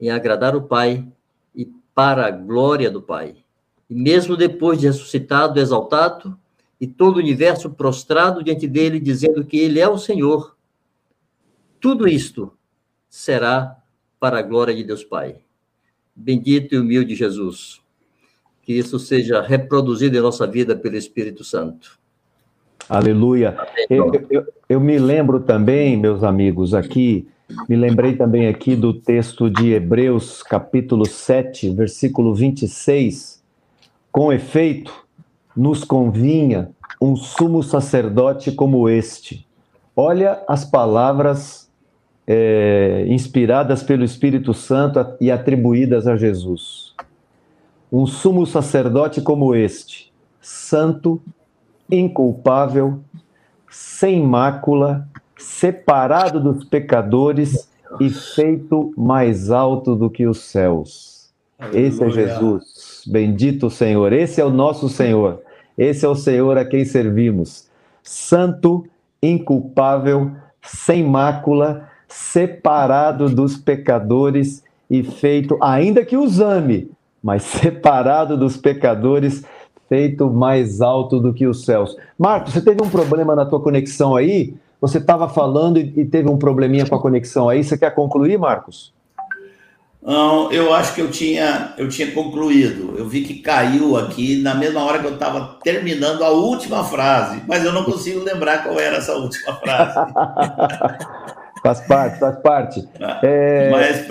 em agradar o Pai e para a glória do Pai. E mesmo depois de ressuscitado, exaltado, e todo o universo prostrado diante dele, dizendo que ele é o Senhor, tudo isto será para a glória de Deus Pai. Bendito e humilde Jesus. Que isso seja reproduzido em nossa vida pelo Espírito Santo. Aleluia. Eu me lembro também, meus amigos, me lembrei também aqui do texto de Hebreus, capítulo 7, versículo 26. Com efeito, nos convinha um sumo sacerdote como este. Olha as palavras inspiradas pelo Espírito Santo e atribuídas a Jesus. Um sumo sacerdote como este, santo, inculpável, sem mácula, separado dos pecadores e feito mais alto do que os céus. Aleluia. Esse é Jesus, bendito o Senhor, esse é o nosso Senhor, esse é o Senhor a quem servimos. Santo, inculpável, sem mácula, separado dos pecadores e feito, ainda que os ame, mas separado dos pecadores, feito mais alto do que os céus. Marcos, você teve um problema na tua conexão aí? Você estava falando e teve um probleminha com a conexão aí. Você quer concluir, Marcos? Não, eu acho que eu tinha concluído. Eu vi que caiu aqui na mesma hora que eu estava terminando a última frase, mas eu não consigo lembrar qual era essa última frase. Faz parte. Mas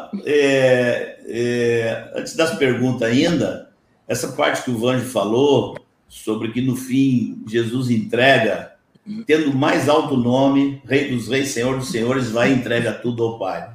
antes das perguntas ainda, essa parte que o Vanjo falou, sobre que no fim Jesus entrega, tendo o mais alto nome, Rei dos Reis, Senhor dos Senhores, vai e entrega tudo ao Pai.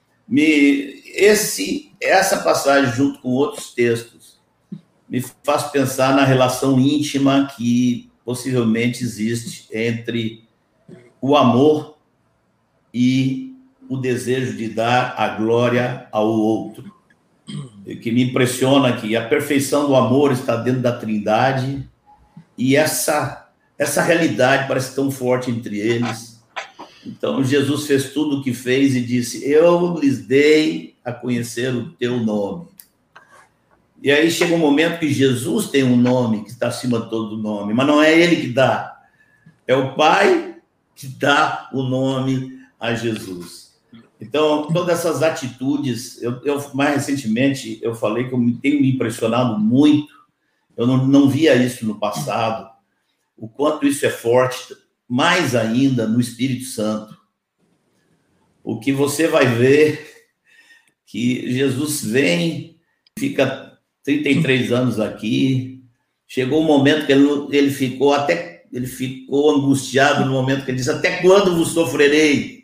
Essa passagem, junto com outros textos, me faz pensar na relação íntima que possivelmente existe entre o amor e o desejo de dar a glória ao outro. Que me impressiona que a perfeição do amor está dentro da Trindade e essa realidade parece tão forte entre eles. Então, Jesus fez tudo o que fez e disse, eu lhes dei a conhecer o teu nome. E aí chega um momento que Jesus tem um nome que está acima de todo nome, mas não é ele que dá, é o Pai que dá o nome a Jesus. Então, todas essas atitudes, eu mais recentemente, eu falei que eu tenho me impressionado muito, eu não via isso no passado, o quanto isso é forte, mais ainda no Espírito Santo. O que você vai ver, que Jesus vem, fica 33 anos aqui, chegou um momento que ele ficou angustiado no momento que ele disse, até quando vos sofrerei?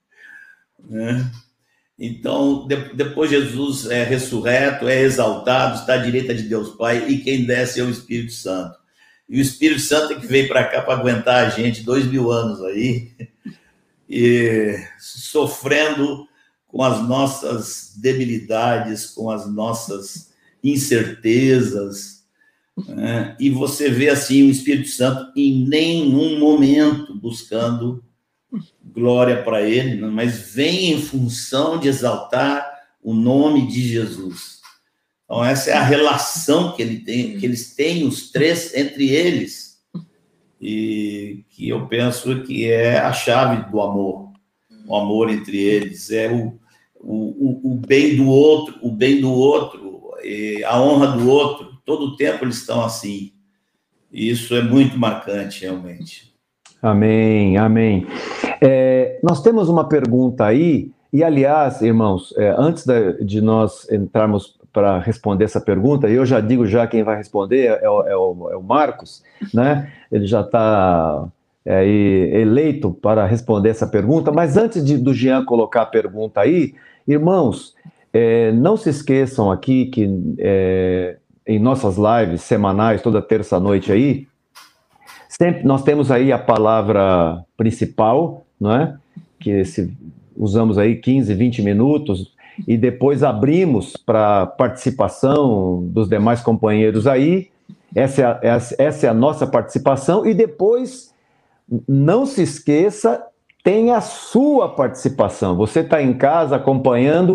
Então, depois Jesus é ressurreto, é exaltado, está à direita de Deus Pai, e quem desce é o Espírito Santo. E o Espírito Santo é que veio para cá para aguentar a gente 2000 anos aí, e sofrendo com as nossas debilidades, com as nossas incertezas, e você vê assim o Espírito Santo em nenhum momento buscando glória para ele, mas vem em função de exaltar o nome de Jesus. Então essa é a relação que eles têm, os três, entre eles, e que eu penso que é a chave do amor. O amor entre eles é o bem do outro, a honra do outro. Todo o tempo eles estão assim. E isso é muito marcante, realmente. Amém. Nós temos uma pergunta aí, e aliás, irmãos, antes de nós entrarmos para responder essa pergunta, eu já digo quem vai responder é o Marcos, né? Ele já está eleito para responder essa pergunta, mas antes do Jean colocar a pergunta aí, irmãos, não se esqueçam aqui que em nossas lives semanais, toda terça-noite aí, sempre nós temos aí a palavra principal, não é? Que usamos aí 15, 20 minutos, e depois abrimos para participação dos demais companheiros aí. Essa é a nossa participação, e depois, não se esqueça, tem a sua participação. Você está em casa acompanhando,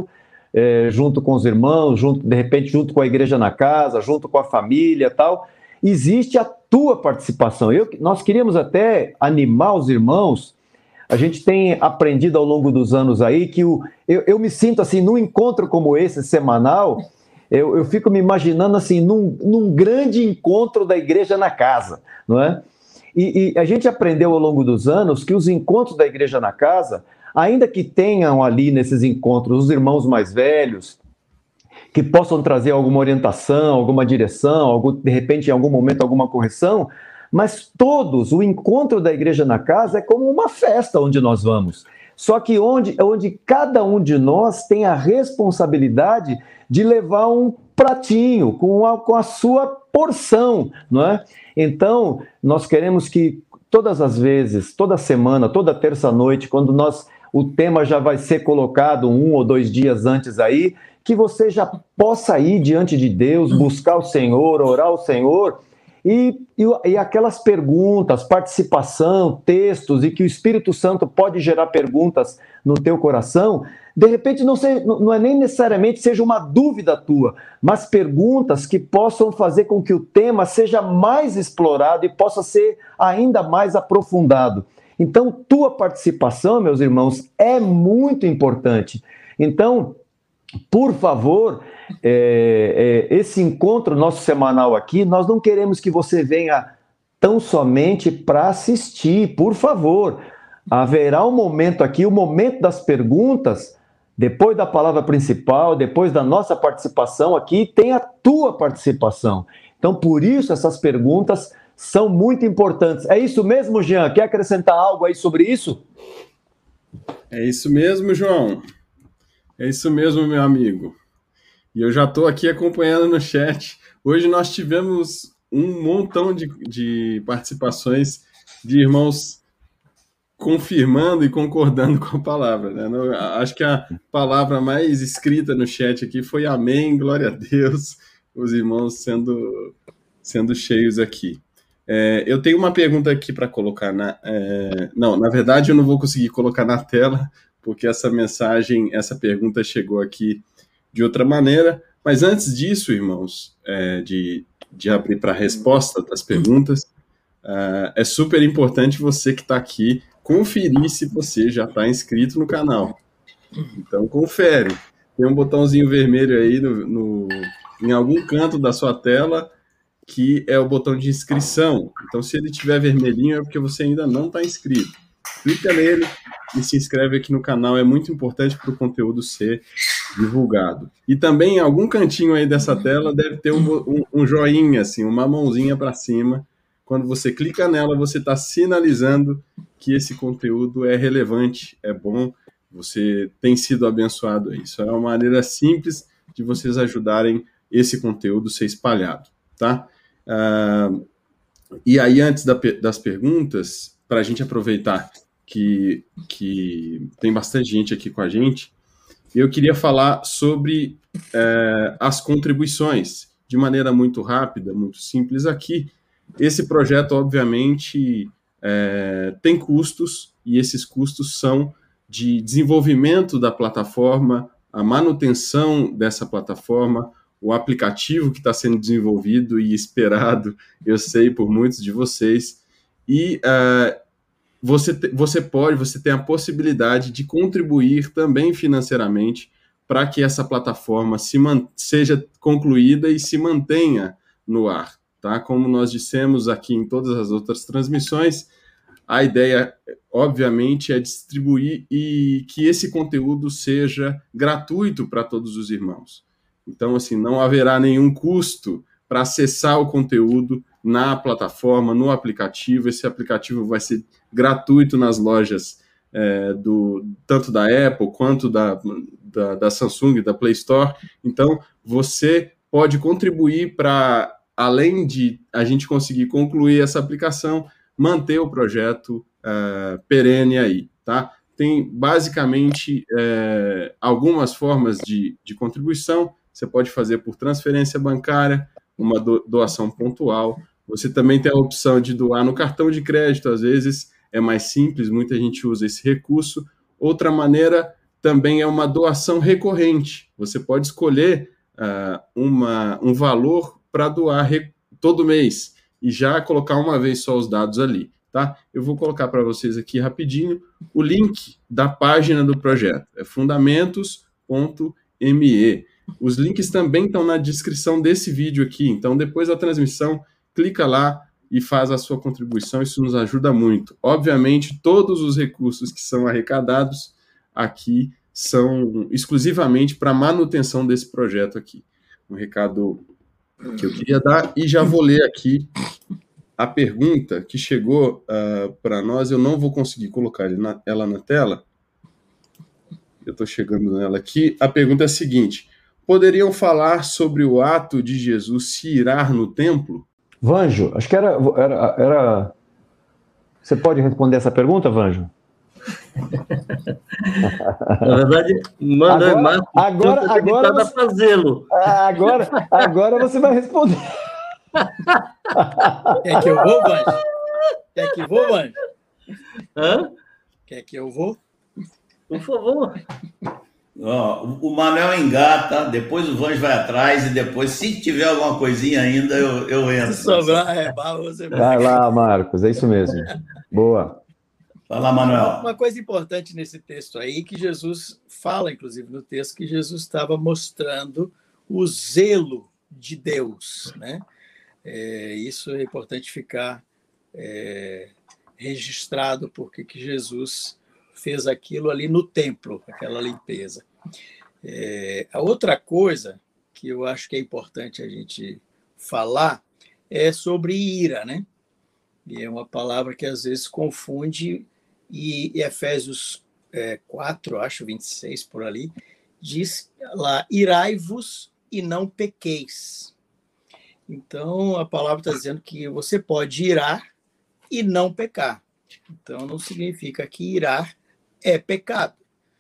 junto com os irmãos, de repente junto com a igreja na casa, junto com a família e tal. Existe a tua participação. Nós queríamos até animar os irmãos. A gente tem aprendido ao longo dos anos aí que eu me sinto assim, num encontro como esse, semanal, eu fico me imaginando assim, num grande encontro da igreja na casa, não é? E a gente aprendeu ao longo dos anos que os encontros da igreja na casa, ainda que tenham ali nesses encontros os irmãos mais velhos, que possam trazer alguma orientação, alguma direção, de repente em algum momento alguma correção, mas o encontro da igreja na casa é como uma festa onde nós vamos. Só que onde cada um de nós tem a responsabilidade de levar um pratinho com a sua porção, não é? Então, nós queremos que todas as vezes, toda semana, toda terça-noite, quando o tema já vai ser colocado 1 ou 2 dias antes aí, que você já possa ir diante de Deus, buscar o Senhor, orar ao Senhor, e aquelas perguntas, participação, textos, e que o Espírito Santo pode gerar perguntas no teu coração, de repente não é nem necessariamente seja uma dúvida tua, mas perguntas que possam fazer com que o tema seja mais explorado e possa ser ainda mais aprofundado. Então, tua participação, meus irmãos, é muito importante. Então, por favor, esse encontro nosso semanal aqui, nós não queremos que você venha tão somente para assistir, por favor. Haverá um momento aqui, o momento das perguntas, depois da palavra principal, depois da nossa participação aqui, tem a tua participação. Então, por isso, essas perguntas são muito importantes. É isso mesmo, Jean? Quer acrescentar algo aí sobre isso? É isso mesmo, João. É isso mesmo, meu amigo. E eu já estou aqui acompanhando no chat. Hoje nós tivemos um montão de participações de irmãos confirmando e concordando com a palavra, né? Acho que a palavra mais escrita no chat aqui foi amém, glória a Deus, os irmãos sendo cheios aqui. Eu tenho uma pergunta aqui para colocar não, na verdade eu não vou conseguir colocar na tela, porque essa pergunta chegou aqui de outra maneira, mas antes disso, irmãos, de abrir para a resposta das perguntas, é super importante você que está aqui conferir se você já está inscrito no canal. Então, confere. Tem um botãozinho vermelho aí em algum canto da sua tela, que é o botão de inscrição. Então, se ele estiver vermelhinho, é porque você ainda não está inscrito. Clica nele e se inscreve aqui no canal. É muito importante para o conteúdo ser divulgado. E também, em algum cantinho aí dessa tela, deve ter um joinha, assim, uma mãozinha para cima. Quando você clica nela, você está sinalizando que esse conteúdo é relevante, é bom, você tem sido abençoado. Isso é uma maneira simples de vocês ajudarem esse conteúdo a ser espalhado, tá? E aí, antes das perguntas, para a gente aproveitar que tem bastante gente aqui com a gente, eu queria falar sobre as contribuições, de maneira muito rápida, muito simples aqui. Esse projeto, obviamente, tem custos, e esses custos são de desenvolvimento da plataforma, a manutenção dessa plataforma, o aplicativo que está sendo desenvolvido e esperado, eu sei, por muitos de vocês, e você tem a possibilidade de contribuir também financeiramente para que essa plataforma seja concluída e se mantenha no ar. Tá? Como nós dissemos aqui em todas as outras transmissões, a ideia, obviamente, é distribuir e que esse conteúdo seja gratuito para todos os irmãos. Então, assim, não haverá nenhum custo para acessar o conteúdo na plataforma, no aplicativo. Esse aplicativo vai ser gratuito nas lojas tanto da Apple quanto da Samsung, da Play Store. Então, você pode contribuir para, além de a gente conseguir concluir essa aplicação, manter o projeto perene aí, tá? Tem, basicamente, algumas formas de contribuição. Você pode fazer por transferência bancária, uma doação pontual. Você também tem a opção de doar no cartão de crédito, às vezes é mais simples, muita gente usa esse recurso. Outra maneira também é uma doação recorrente. Você pode escolher um valor para doar todo mês e já colocar uma vez só os dados ali, tá? Eu vou colocar para vocês aqui rapidinho o link da página do projeto. É fundamentos.me. Os links também estão na descrição desse vídeo aqui. Então, depois da transmissão, clica lá e faz a sua contribuição. Isso nos ajuda muito. Obviamente, todos os recursos que são arrecadados aqui são exclusivamente para manutenção desse projeto aqui. Um recado que eu queria dar, e já vou ler aqui a pergunta que chegou para nós. Eu não vou conseguir colocar ela na tela. Eu estou chegando nela aqui. A pergunta é a seguinte: poderiam falar sobre o ato de Jesus se irar no templo? Vanjo, acho que era... Você pode responder essa pergunta, Vanjo? Na verdade, Marcos agora você... fazê-lo. Agora você vai responder. Quer que eu vou, Vanjo? Quer que eu vou, Vanjo? Hã? Quer que eu vou? Por favor. O Manuel engata, depois o Vanjo vai atrás, e depois, se tiver alguma coisinha ainda, eu entro. Se sobrar, você vai lá, Marcos, é isso mesmo. Boa. Fala, Manuel. Uma coisa importante nesse texto aí, que Jesus fala, inclusive, no texto, que Jesus estava mostrando o zelo de Deus, né? Isso é importante ficar registrado, porque que Jesus fez aquilo ali no templo, aquela limpeza. A outra coisa que eu acho que é importante a gente falar é sobre ira, né? E é uma palavra que às vezes confunde, e Efésios 4, acho, 26, por ali, diz lá, irai-vos e não pequeis. Então, a palavra está dizendo que você pode irar e não pecar. Então, não significa que irar é pecado.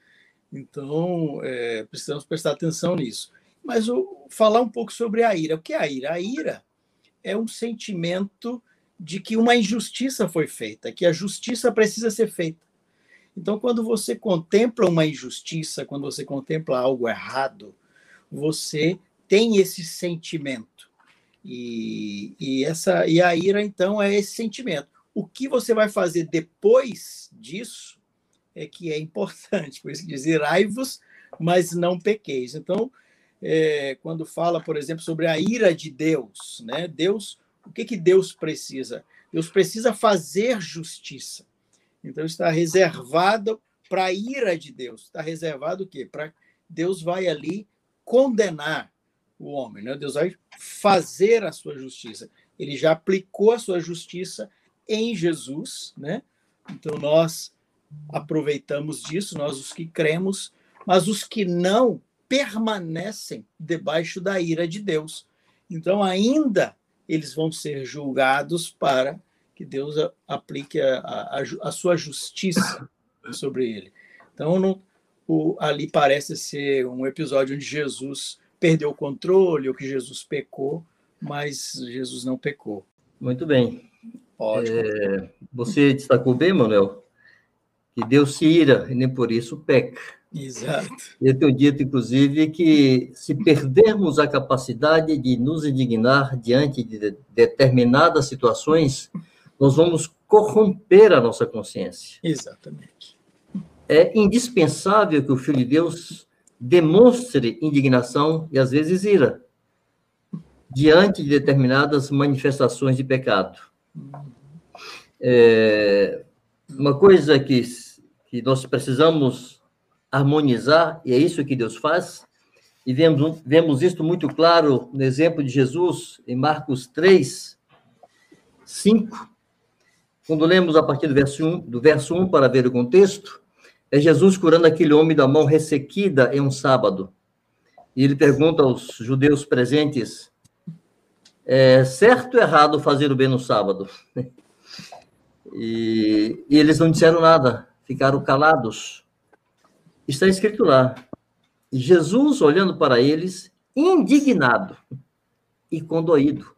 Então, precisamos prestar atenção nisso. Mas falar um pouco sobre a ira. O que é a ira? A ira é um sentimento de que uma injustiça foi feita, que a justiça precisa ser feita. Então, quando você contempla uma injustiça, quando você contempla algo errado, você tem esse sentimento. E a ira, então, é esse sentimento. O que você vai fazer depois disso é que é importante. Por isso que diz, irai-vos, mas não pequeis. Então, quando fala, por exemplo, sobre a ira de Deus, né? O que Deus precisa? Deus precisa fazer justiça. Então, está reservado para a ira de Deus. Está reservado o quê? Para Deus vai ali condenar o homem, né? Deus vai fazer a sua justiça. Ele já aplicou a sua justiça em Jesus, né? Então, nós aproveitamos disso, nós os que cremos, mas os que não permanecem debaixo da ira de Deus. Então, ainda eles vão ser julgados para que Deus aplique a sua justiça sobre ele. Então, ali parece ser um episódio onde Jesus perdeu o controle, ou que Jesus pecou, mas Jesus não pecou. Muito bem. Ótimo. Você destacou bem, Manuel, que Deus se ira e nem por isso peca. Exato. Eu tenho dito, inclusive, que se perdermos a capacidade de nos indignar diante de determinadas situações, nós vamos corromper a nossa consciência. Exatamente. É indispensável que o Filho de Deus demonstre indignação e, às vezes, ira diante de determinadas manifestações de pecado. Uma coisa que nós precisamos harmonizar, e é isso que Deus faz, e vemos isso muito claro no exemplo de Jesus, em Marcos 3, 5, quando lemos a partir do verso 1 para ver o contexto, é Jesus curando aquele homem da mão ressequida em um sábado. E ele pergunta aos judeus presentes, é certo ou errado fazer o bem no sábado? E eles não disseram nada, ficaram calados. Está escrito lá, Jesus, olhando para eles, indignado e condoído,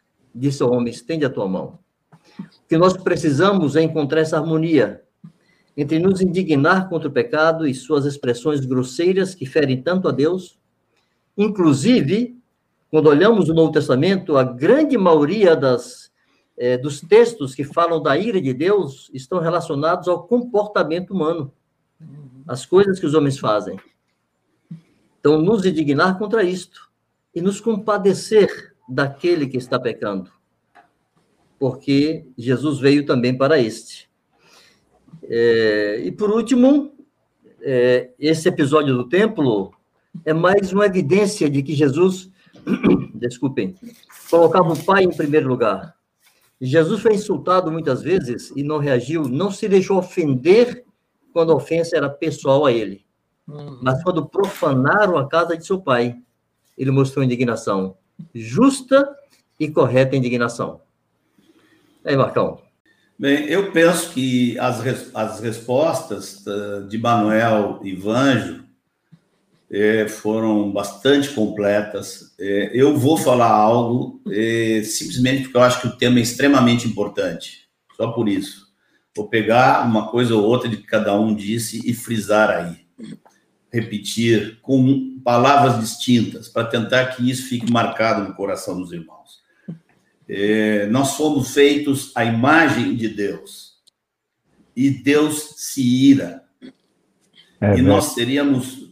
disse ao homem, estende a tua mão. O que nós precisamos é encontrar essa harmonia entre nos indignar contra o pecado e suas expressões grosseiras que ferem tanto a Deus. Inclusive, quando olhamos o Novo Testamento, a grande maioria dos textos que falam da ira de Deus estão relacionados ao comportamento humano, as coisas que os homens fazem. Então, nos indignar contra isto e nos compadecer daquele que está pecando, porque Jesus veio também para este. E, por último, esse episódio do templo é mais uma evidência de que Jesus, desculpem, colocava o Pai em primeiro lugar. Jesus foi insultado muitas vezes e não reagiu, não se deixou ofender quando a ofensa era pessoal a ele. Mas quando profanaram a casa de seu pai, ele mostrou indignação, justa e correta indignação. Aí, Marcão. Bem, eu penso que as respostas de Manuel e Vanjo foram bastante completas. Eu vou falar algo simplesmente porque eu acho que o tema é extremamente importante, só por isso. Vou pegar uma coisa ou outra de que cada um disse e frisar aí. Repetir com palavras distintas, para tentar que isso fique marcado no coração dos irmãos. Nós fomos feitos à imagem de Deus, e Deus se ira. E nós teríamos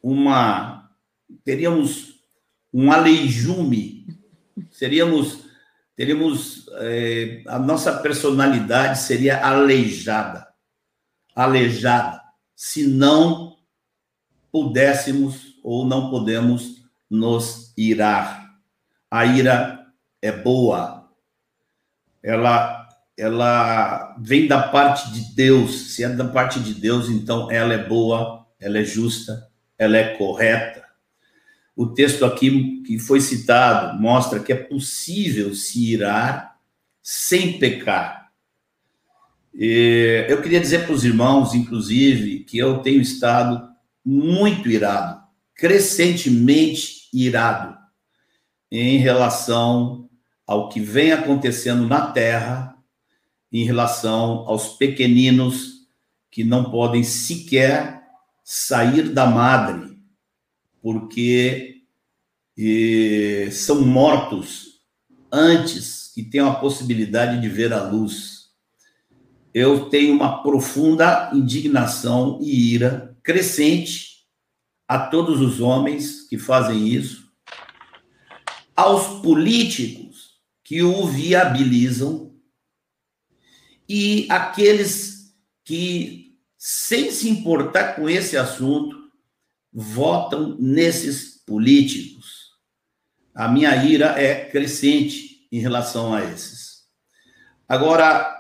um aleijume, a nossa personalidade seria aleijada, se não pudéssemos ou não podemos nos irar. A ira é boa, ela vem da parte de Deus. Se é da parte de Deus, então ela é boa, ela é justa, ela é correta. O texto aqui que foi citado mostra que é possível se irar sem pecar. Eu queria dizer para os irmãos, inclusive, que eu tenho estado muito irado, crescentemente irado, em relação ao que vem acontecendo na terra, em relação aos pequeninos que não podem sequer sair da madre, porque são mortos antes que tenham a possibilidade de ver a luz. Eu tenho uma profunda indignação e ira crescente a todos os homens que fazem isso, aos políticos que o viabilizam e aqueles que, sem se importar com esse assunto, votam nesses políticos. A minha ira é crescente em relação a esses. Agora,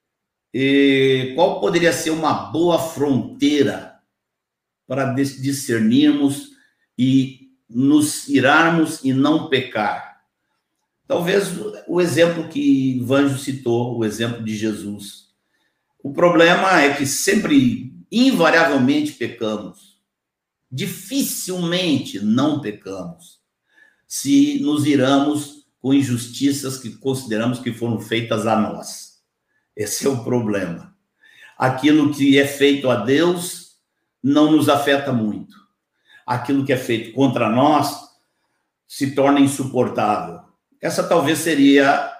qual poderia ser uma boa fronteira para discernirmos e nos irarmos e não pecar? Talvez o exemplo que Vanjo citou, o exemplo de Jesus. O problema é que sempre, invariavelmente, pecamos. Dificilmente não pecamos se nos iramos com injustiças que consideramos que foram feitas a nós. Esse é o problema. Aquilo que é feito a Deus não nos afeta muito. Aquilo que é feito contra nós se torna insuportável. Essa talvez seria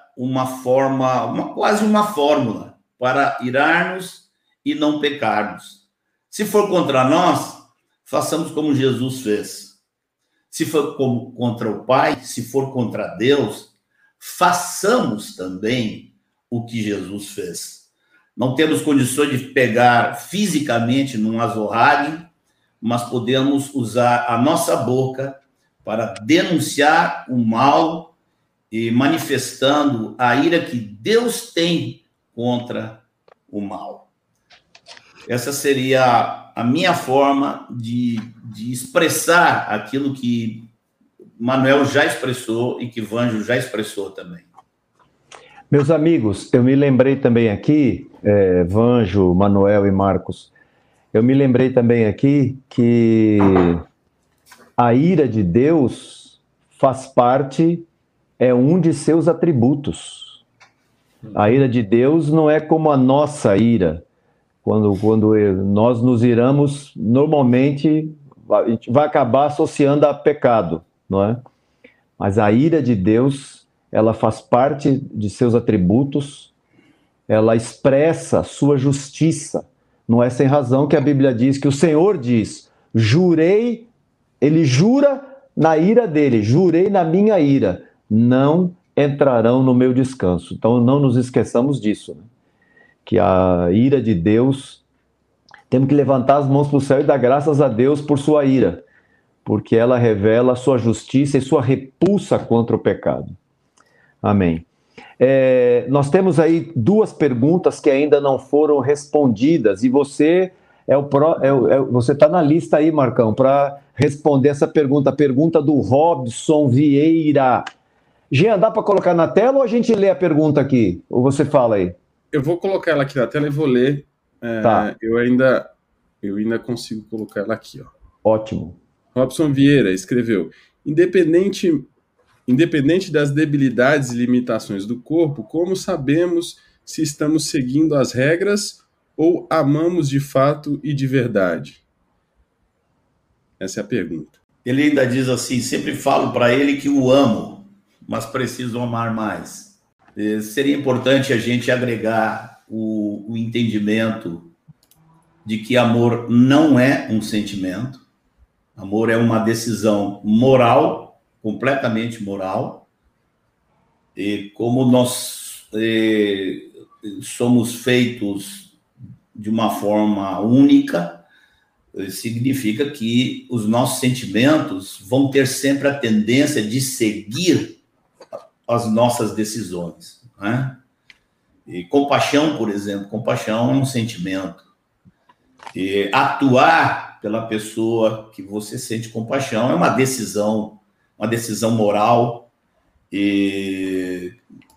quase uma fórmula para irarmos e não pecarmos. Se for contra nós, façamos como Jesus fez. Se for contra o Pai, se for contra Deus, façamos também o que Jesus fez. Não temos condições de pegar fisicamente num azorrague, mas podemos usar a nossa boca para denunciar o mal e manifestando a ira que Deus tem contra o mal. Essa seria a minha forma de expressar aquilo que Manuel já expressou e que Vanjo já expressou também. Meus amigos, eu me lembrei também aqui, Vanjo, Manuel e Marcos, eu me lembrei também aqui que a ira de Deus faz parte, é um de seus atributos. A ira de Deus não é como a nossa ira. Quando nós nos iramos, normalmente a gente vai acabar associando a pecado, não é? Mas a ira de Deus, ela faz parte de seus atributos, ela expressa sua justiça. Não é sem razão que a Bíblia diz que o Senhor diz, jurei, ele jura na ira dele, jurei na minha ira, não entrarão no meu descanso. Então não nos esqueçamos disso, né? Que a ira de Deus, temos que levantar as mãos para o céu e dar graças a Deus por sua ira, porque ela revela a sua justiça e sua repulsa contra o pecado. Amém. Nós temos aí 2 perguntas que ainda não foram respondidas, e você você está na lista aí, Marcão, para responder essa pergunta, a pergunta do Robson Vieira. Jean, dá para colocar na tela ou a gente lê a pergunta aqui? Ou você fala aí? Eu vou colocar ela aqui na tela e vou ler. Tá. Eu ainda consigo colocar ela aqui, ó. Ótimo. Robson Vieira escreveu: independente das debilidades e limitações do corpo, como sabemos se estamos seguindo as regras ou amamos de fato e de verdade? Essa é a pergunta. Ele ainda diz assim, sempre falo para ele que o amo, mas preciso amar mais. Seria importante a gente agregar o entendimento de que amor não é um sentimento. Amor é uma decisão moral, completamente moral. E como nós somos feitos de uma forma única, significa que os nossos sentimentos vão ter sempre a tendência de seguir as nossas decisões, né? E compaixão, por exemplo, compaixão é um sentimento. E atuar pela pessoa que você sente compaixão é uma decisão moral e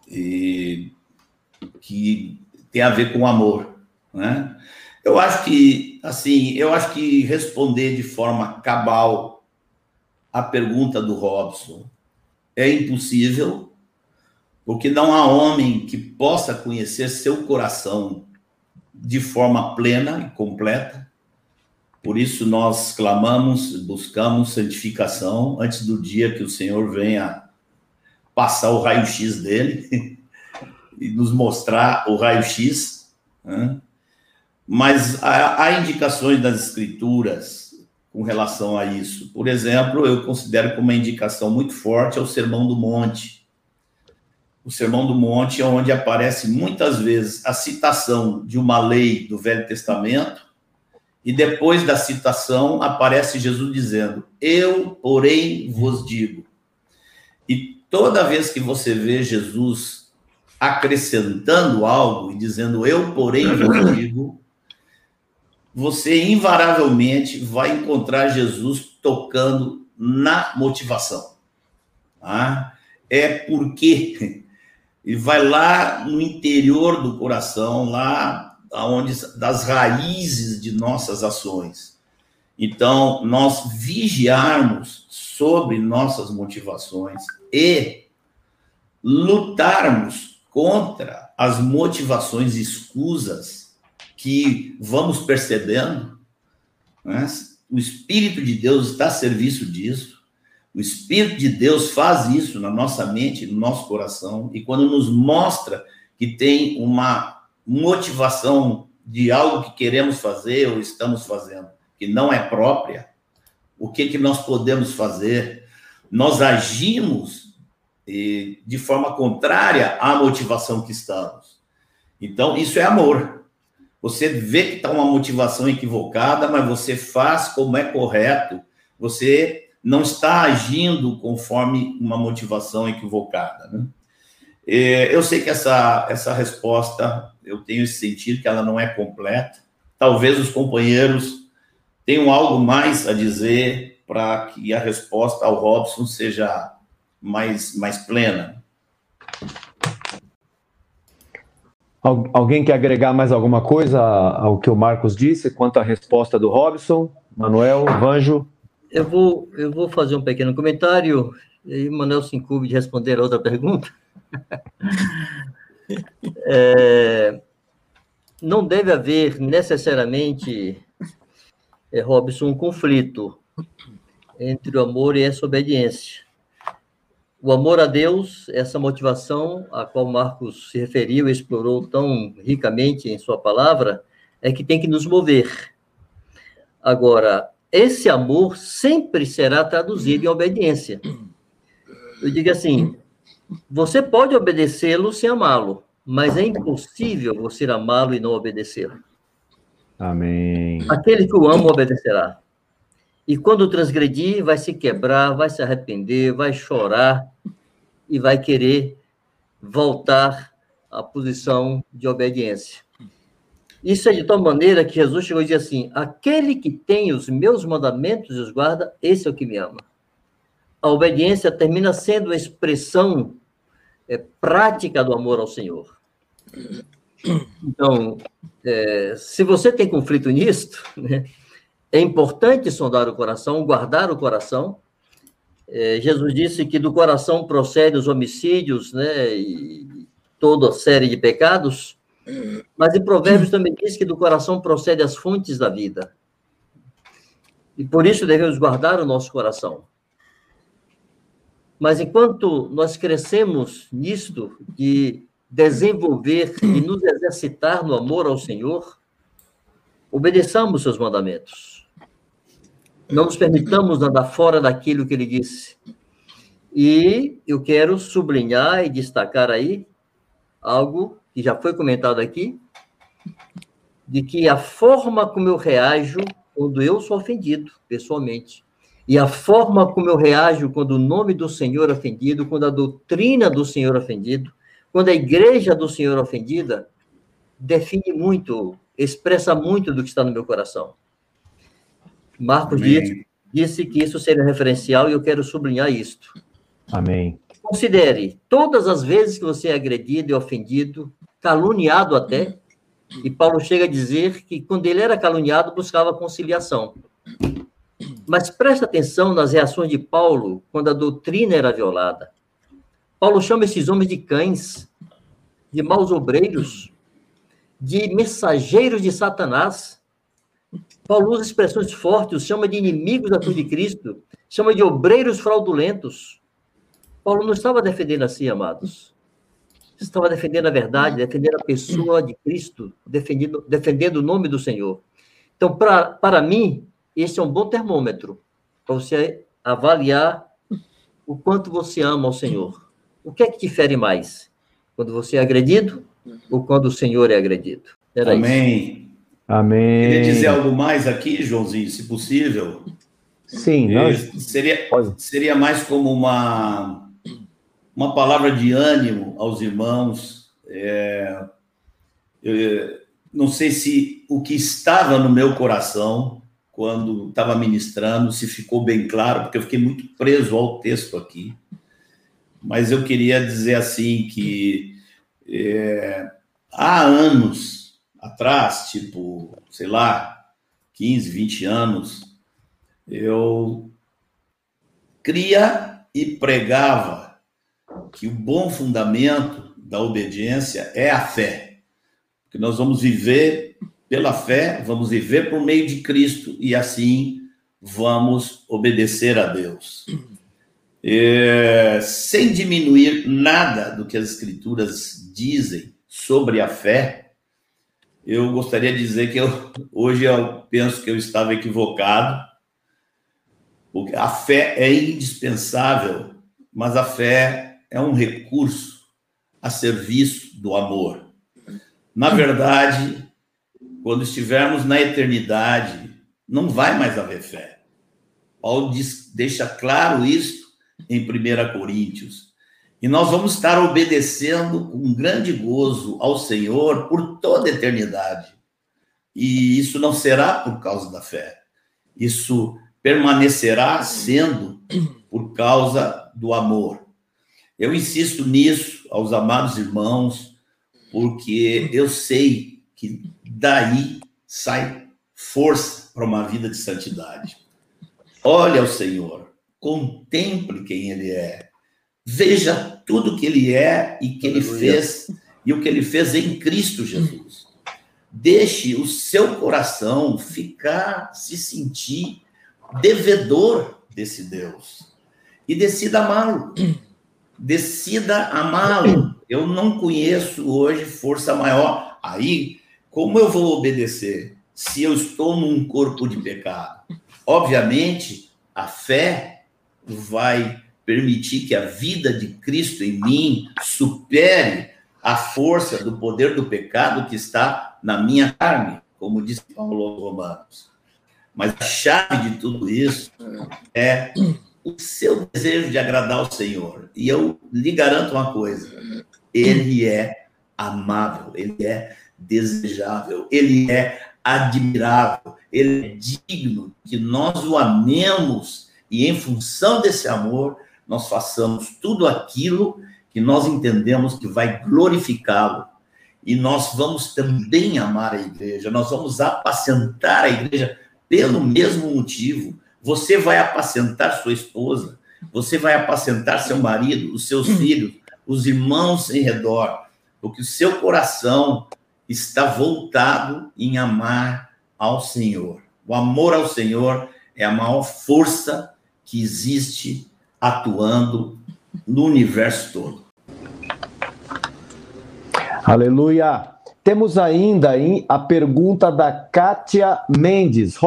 que tem a ver com amor, né? Eu acho que responder de forma cabal a pergunta do Robson é impossível, porque não há homem que possa conhecer seu coração de forma plena e completa. Por isso nós clamamos, buscamos santificação antes do dia que o Senhor venha passar o raio-x dele e nos mostrar o raio-x, né? Mas há indicações das Escrituras com relação a isso. Por exemplo, eu considero como uma indicação muito forte o Sermão do Monte. O Sermão do Monte é onde aparece muitas vezes a citação de uma lei do Velho Testamento, e depois da citação aparece Jesus dizendo, eu, porém, vos digo. E toda vez que você vê Jesus acrescentando algo e dizendo, eu, porém, vos digo, você invariavelmente vai encontrar Jesus tocando na motivação. Tá? É porque ele vai lá no interior do coração, lá onde, das raízes de nossas ações. Então, nós vigiarmos sobre nossas motivações e lutarmos contra as motivações escusas que vamos percebendo, né? O Espírito de Deus está a serviço disso. O Espírito de Deus faz isso na nossa mente, no nosso coração, e quando nos mostra que tem uma motivação de algo que queremos fazer ou estamos fazendo, que não é própria, o que nós podemos fazer? Nós agimos de forma contrária à motivação que estamos. Então, isso é amor. Você vê que está uma motivação equivocada, mas você faz como é correto. Você não está agindo conforme uma motivação equivocada, né? Eu sei que essa resposta, eu tenho esse sentido que ela não é completa. Talvez os companheiros tenham algo mais a dizer para que a resposta ao Robson seja mais plena. Alguém quer agregar mais alguma coisa ao que o Marcos disse quanto à resposta do Robson? Manuel, Vanjo? Eu vou fazer um pequeno comentário, e aí o Manuel se incumbe de responder a outra pergunta. não deve haver necessariamente, Robson, um conflito entre o amor e essa obediência. O amor a Deus, essa motivação a qual Marcos se referiu e explorou tão ricamente em sua palavra, é que tem que nos mover. Agora, esse amor sempre será traduzido em obediência. Eu digo assim, você pode obedecê-lo sem amá-lo, mas é impossível você amá-lo e não obedecê-lo. Amém. Aquele que o ama obedecerá. E quando transgredir, vai se quebrar, vai se arrepender, vai chorar e vai querer voltar à posição de obediência. Isso é de tal maneira que Jesus chegou e disse assim, aquele que tem os meus mandamentos e os guarda, esse é o que me ama. A obediência termina sendo a expressão prática do amor ao Senhor. Então, se você tem conflito nisto, né, é importante sondar o coração, guardar o coração. Jesus disse que do coração procedem os homicídios, né, e toda série de pecados, mas em Provérbios também diz que do coração procedem as fontes da vida. E por isso devemos guardar o nosso coração. Mas enquanto nós crescemos nisto, de desenvolver e nos exercitar no amor ao Senhor, obedeçamos seus mandamentos. Não nos permitamos andar fora daquilo que ele disse. E eu quero sublinhar e destacar aí algo que já foi comentado aqui, de que a forma como eu reajo quando eu sou ofendido, pessoalmente, e a forma como eu reajo quando o nome do Senhor é ofendido, quando a doutrina do Senhor é ofendido, quando a igreja do Senhor é ofendida, define muito, expressa muito do que está no meu coração. Marcos disse que isso seria referencial e eu quero sublinhar isto. Amém. Considere todas as vezes que você é agredido e ofendido, caluniado até, e Paulo chega a dizer que quando ele era caluniado, buscava conciliação. Mas presta atenção nas reações de Paulo quando a doutrina era violada. Paulo chama esses homens de cães, de maus obreiros, de mensageiros de Satanás. Paulo usa expressões fortes, os chama de inimigos da cruz de Cristo, chama de obreiros fraudulentos. Paulo não estava defendendo assim, amados. Estava defendendo a verdade, defendendo a pessoa de Cristo, defendendo o nome do Senhor. Então, para mim, esse é um bom termômetro para você avaliar o quanto você ama ao Senhor. O que é que difere mais? Quando você é agredido ou quando o Senhor é agredido? Era Amém. Isso. Amém. Queria dizer algo mais aqui, Joãozinho, se possível. Sim. Seria mais como uma palavra de ânimo aos irmãos. Eu não sei se o que estava no meu coração quando estava ministrando, se ficou bem claro, porque eu fiquei muito preso ao texto aqui. Mas eu queria dizer assim que há anos atrás, tipo, sei lá, 15, 20 anos, eu cria e pregava que o bom fundamento da obediência é a fé. Que nós vamos viver pela fé, vamos viver por meio de Cristo e assim vamos obedecer a Deus. Sem diminuir nada do que as Escrituras dizem sobre a fé, eu gostaria de dizer que hoje eu penso que eu estava equivocado, porque a fé é indispensável, mas a fé é um recurso a serviço do amor. Na verdade, quando estivermos na eternidade, não vai mais haver fé. Paulo deixa claro isso em 1 Coríntios. E nós vamos estar obedecendo com grande gozo ao Senhor por toda a eternidade. E isso não será por causa da fé. Isso permanecerá sendo por causa do amor. Eu insisto nisso aos amados irmãos, porque eu sei que daí sai força para uma vida de santidade. Olhe ao Senhor, contemple quem Ele é, veja tudo que Ele é e que Ele fez, e o que Ele fez em Cristo Jesus. deixe o seu coração se sentir devedor desse Deus. E decida amá-lo. Decida amá-lo. Eu não conheço hoje força maior. Aí, como eu vou obedecer se eu estou num corpo de pecado? Obviamente, a fé vai permitir que a vida de Cristo em mim supere a força do poder do pecado que está na minha carne, como diz Paulo aos Romanos. Mas a chave de tudo isso é o seu desejo de agradar ao Senhor. E eu lhe garanto uma coisa: ele é amável, ele é desejável, ele é admirável, ele é digno que nós o amemos e, em função desse amor, nós façamos tudo aquilo que nós entendemos que vai glorificá-lo. E nós vamos também amar a igreja, nós vamos apacentar a igreja pelo mesmo motivo. Você vai apacentar sua esposa, você vai apacentar seu marido, os seus filhos, os irmãos em redor, porque o seu coração está voltado em amar ao Senhor. O amor ao Senhor é a maior força que existe atuando no universo todo. Aleluia! Temos ainda a pergunta da Kátia Mendes.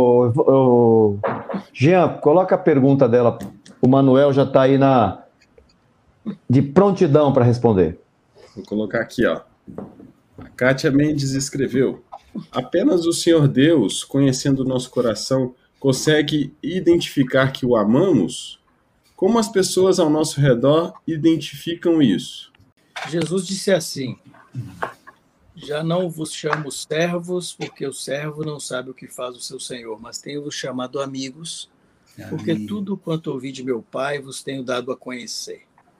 Jean, coloca a pergunta dela. O Manuel já está aí de prontidão para responder. Vou colocar aqui, ó. A Kátia Mendes escreveu: apenas o Senhor Deus, conhecendo o nosso coração, consegue identificar que o amamos? Como as pessoas ao nosso redor identificam isso? Jesus disse assim: já não vos chamo servos, porque o servo não sabe o que faz o seu senhor, mas tenho-vos chamado amigos, porque tudo quanto ouvi de meu Pai vos tenho dado a conhecer.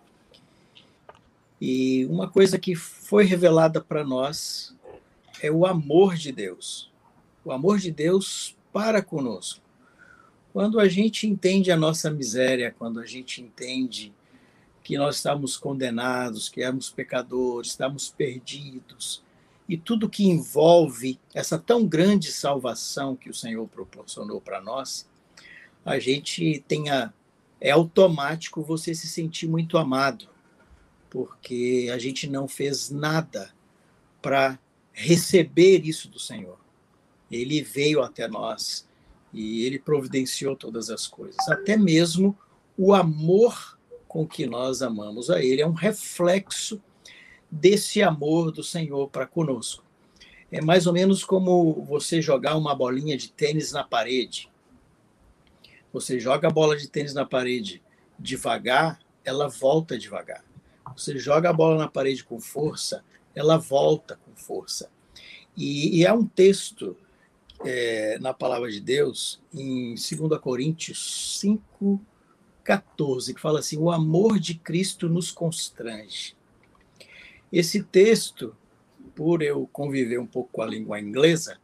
E uma coisa que foi revelada para nós é o amor de Deus. O amor de Deus para conosco. Quando a gente entende a nossa miséria, quando a gente entende que nós estamos condenados, que éramos pecadores, estamos perdidos, e tudo que envolve essa tão grande salvação que o Senhor proporcionou para nós, a gente é automático você se sentir muito amado, porque a gente não fez nada para receber isso do Senhor. Ele veio até nós e ele providenciou todas as coisas. Até mesmo o amor com que nós amamos a ele é um reflexo desse amor do Senhor para conosco. É mais ou menos como você jogar uma bolinha de tênis na parede. Você joga a bola de tênis na parede devagar, ela volta devagar. Você joga a bola na parede com força, ela volta com força. E há um texto na Palavra de Deus, em 2 Coríntios 5:14, que fala assim: o amor de Cristo nos constrange. Esse texto, por eu conviver um pouco com a língua inglesa,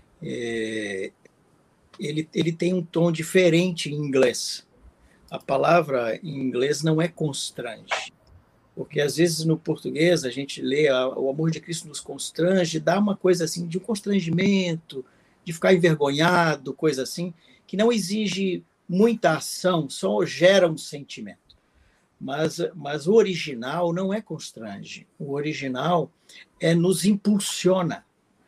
ele tem um tom diferente em inglês. A palavra em inglês não é constrange, porque às vezes no português a gente lê o amor de Cristo nos constrange, dá uma coisa assim de um constrangimento, de ficar envergonhado, coisa assim, que não exige muita ação, só gera um sentimento. Mas o original não é constrange. O original nos impulsiona,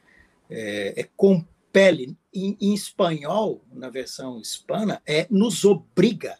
compele. Em espanhol, na versão hispana, nos obriga.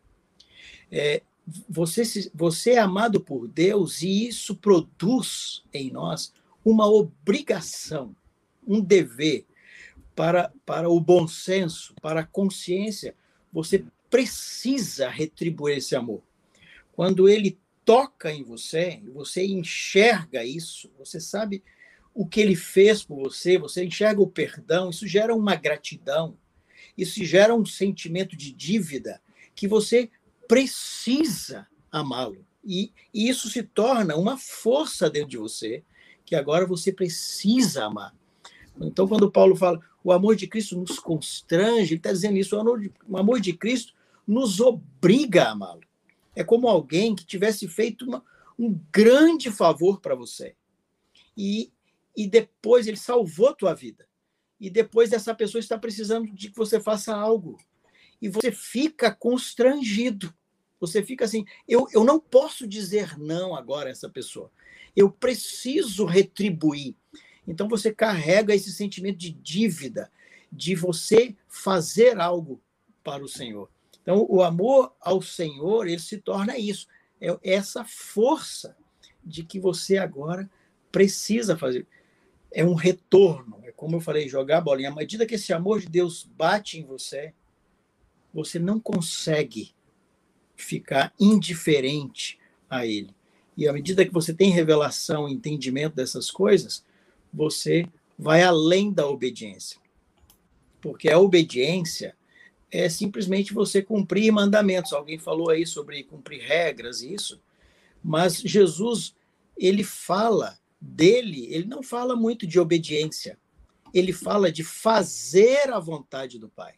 Você é amado por Deus e isso produz em nós uma obrigação, um dever para o bom senso, para a consciência. Você precisa retribuir esse amor. Quando ele toca em você, você enxerga isso, você sabe o que ele fez por você, você enxerga o perdão, isso gera uma gratidão, isso gera um sentimento de dívida que você precisa amá-lo. E isso se torna uma força dentro de você, que agora você precisa amar. Então, quando Paulo fala, o amor de Cristo nos constrange, ele está dizendo isso, o amor de Cristo nos obriga a amá-lo. É como alguém que tivesse feito um grande favor para você. E e depois ele salvou a tua vida. E depois essa pessoa está precisando de que você faça algo. E você fica constrangido. Você fica assim, eu não posso dizer não agora a essa pessoa. Eu preciso retribuir. Então você carrega esse sentimento de dívida, de você fazer algo para o Senhor. Então o amor ao Senhor, ele se torna isso. É essa força de que você agora precisa fazer. É um retorno. É como eu falei, jogar a bolinha. À medida que esse amor de Deus bate em você, você não consegue ficar indiferente a ele. E à medida que você tem revelação, entendimento dessas coisas, você vai além da obediência. Porque a obediência é simplesmente você cumprir mandamentos. Alguém falou aí sobre cumprir regras e isso. Mas Jesus, ele fala dele, ele não fala muito de obediência. Ele fala de fazer a vontade do Pai.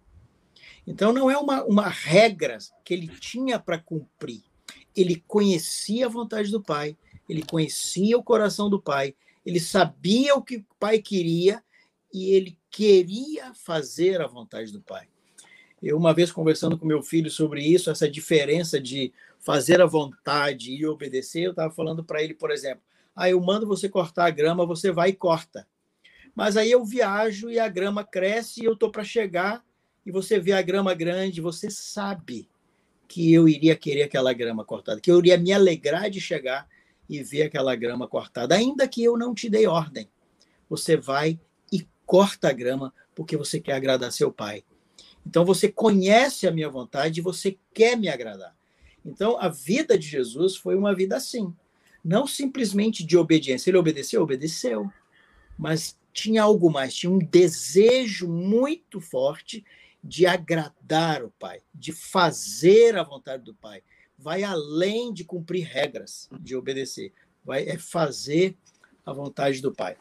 Então, não é uma regra que ele tinha para cumprir. Ele conhecia a vontade do Pai, ele conhecia o coração do Pai, ele sabia o que o Pai queria e ele queria fazer a vontade do Pai. Eu, uma vez, conversando com meu filho sobre isso, essa diferença de fazer a vontade e obedecer, eu estava falando para ele, por exemplo, eu mando você cortar a grama, você vai e corta. Mas aí eu viajo e a grama cresce e eu estou para chegar e você vê a grama grande, você sabe que eu iria querer aquela grama cortada, que eu iria me alegrar de chegar e ver aquela grama cortada, ainda que eu não te dei ordem. Você vai e corta a grama porque você quer agradar seu Pai. Então você conhece a minha vontade e você quer me agradar. Então a vida de Jesus foi uma vida assim, não simplesmente de obediência. Ele obedeceu, mas tinha algo mais, tinha um desejo muito forte de agradar o Pai, de fazer a vontade do Pai. Vai além de cumprir regras, de obedecer. É fazer a vontade do Pai.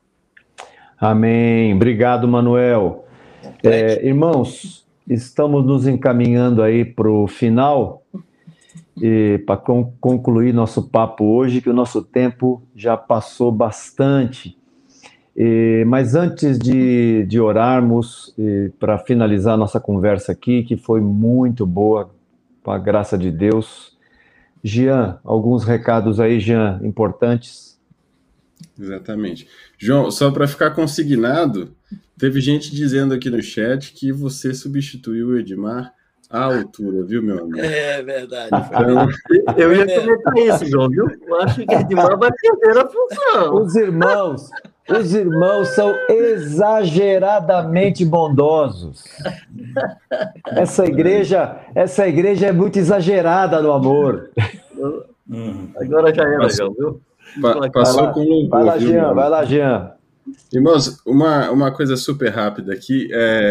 Amém. Obrigado, Manuel. Irmãos, estamos nos encaminhando aí para o final e para concluir nosso papo hoje, que o nosso tempo já passou bastante. Mas antes de orarmos, para finalizar nossa conversa aqui, que foi muito boa, com a graça de Deus. Jean, alguns recados aí, Jean, importantes. Exatamente. João, só para ficar consignado, teve gente dizendo aqui no chat que você substituiu o Edmar à altura, viu, meu amigo? É verdade. Então, eu ia comentar isso, João, viu? Eu acho que Edmar vai perder a função. Os irmãos são exageradamente bondosos. Essa igreja é muito exagerada no amor. Agora já era, João, viu? Passou com louvor. Vai lá, Jean. Irmãos, uma coisa super rápida aqui.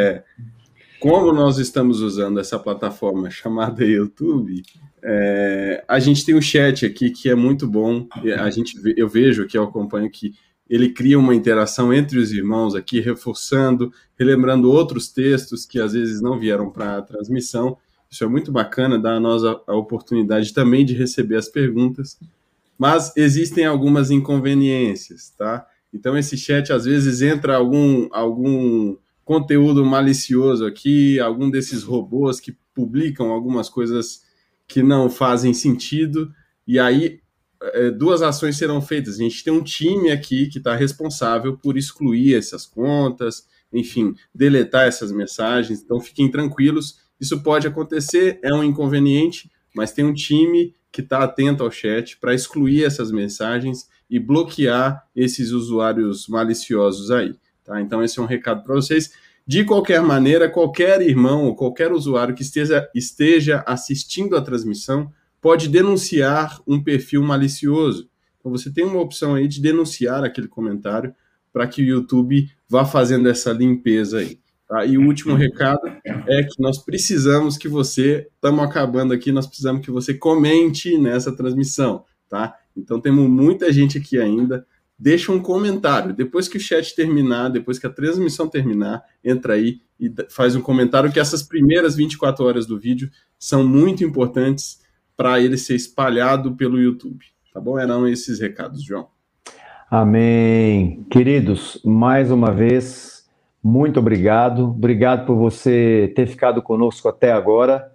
Como nós estamos usando essa plataforma chamada YouTube, a gente tem um chat aqui que é muito bom. Eu vejo que eu acompanho que ele cria uma interação entre os irmãos aqui, reforçando, relembrando outros textos que às vezes não vieram para a transmissão. Isso é muito bacana, dá a nós a oportunidade também de receber as perguntas. Mas existem algumas inconveniências, tá? Então esse chat às vezes entra algum conteúdo malicioso aqui, algum desses robôs que publicam algumas coisas que não fazem sentido, e aí duas ações serão feitas. A gente tem um time aqui que está responsável por excluir essas contas, enfim, deletar essas mensagens, então fiquem tranquilos, isso pode acontecer, é um inconveniente, mas tem um time que está atento ao chat para excluir essas mensagens e bloquear esses usuários maliciosos aí, tá? Então esse é um recado para vocês. De qualquer maneira, qualquer irmão ou qualquer usuário que esteja assistindo a transmissão pode denunciar um perfil malicioso. Então você tem uma opção aí de denunciar aquele comentário para que o YouTube vá fazendo essa limpeza aí. Tá? E o último recado é que nós precisamos que você, estamos acabando aqui, nós precisamos que você comente nessa transmissão, tá? Então temos muita gente aqui ainda, deixa um comentário, depois que o chat terminar, depois que a transmissão terminar, entra aí e faz um comentário, que essas primeiras 24 horas do vídeo são muito importantes para ele ser espalhado pelo YouTube, tá bom? Eram esses recados, João. Amém. Queridos, mais uma vez, muito obrigado. Obrigado por você ter ficado conosco até agora.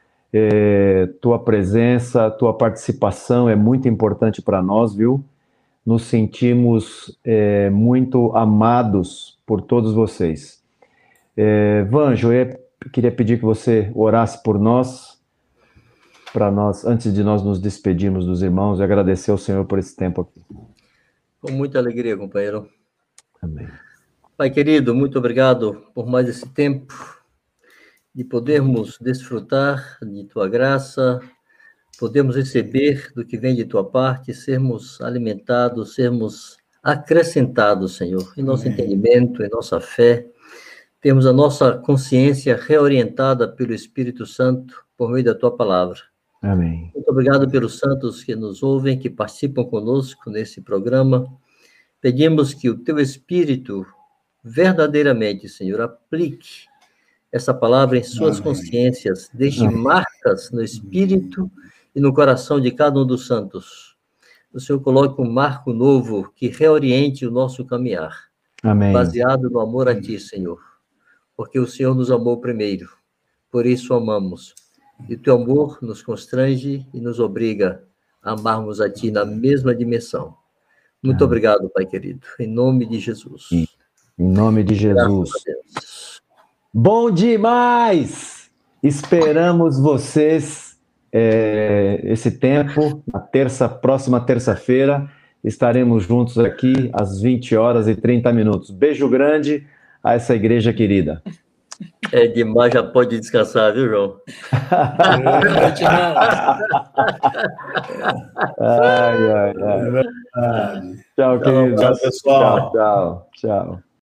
Tua presença, tua participação é muito importante para nós, viu? Nos sentimos muito amados por todos vocês. Vanjo, eu queria pedir que você orasse por nós, para nós, antes de nós nos despedirmos dos irmãos, e agradecer ao Senhor por esse tempo aqui. Com muita alegria, companheiro. Amém. Pai querido, muito obrigado por mais esse tempo de podermos desfrutar de Tua graça, podermos receber do que vem de Tua parte, sermos alimentados, sermos acrescentados, Senhor, em nosso entendimento, em nossa fé, temos a nossa consciência reorientada pelo Espírito Santo por meio da Tua palavra. Amém. Muito obrigado pelos santos que nos ouvem, que participam conosco nesse programa. Pedimos que o Teu Espírito verdadeiramente, Senhor, aplique essa palavra em suas consciências, deixe marcas no espírito e no coração de cada um dos santos. O Senhor coloque um marco novo que reoriente o nosso caminhar. Amém. Baseado no amor a Ti, Senhor, porque o Senhor nos amou primeiro, por isso amamos. E o Teu amor nos constrange e nos obriga a amarmos a Ti na mesma dimensão. Muito obrigado, Pai querido, em nome de Jesus. Em nome de Jesus. Bom demais! Esperamos vocês esse tempo, na próxima terça-feira, estaremos juntos aqui às 20h30. Beijo grande a essa igreja querida. É demais, já pode descansar, viu, João? Ai. Tchau, querido. Tchau, pessoal. Tchau.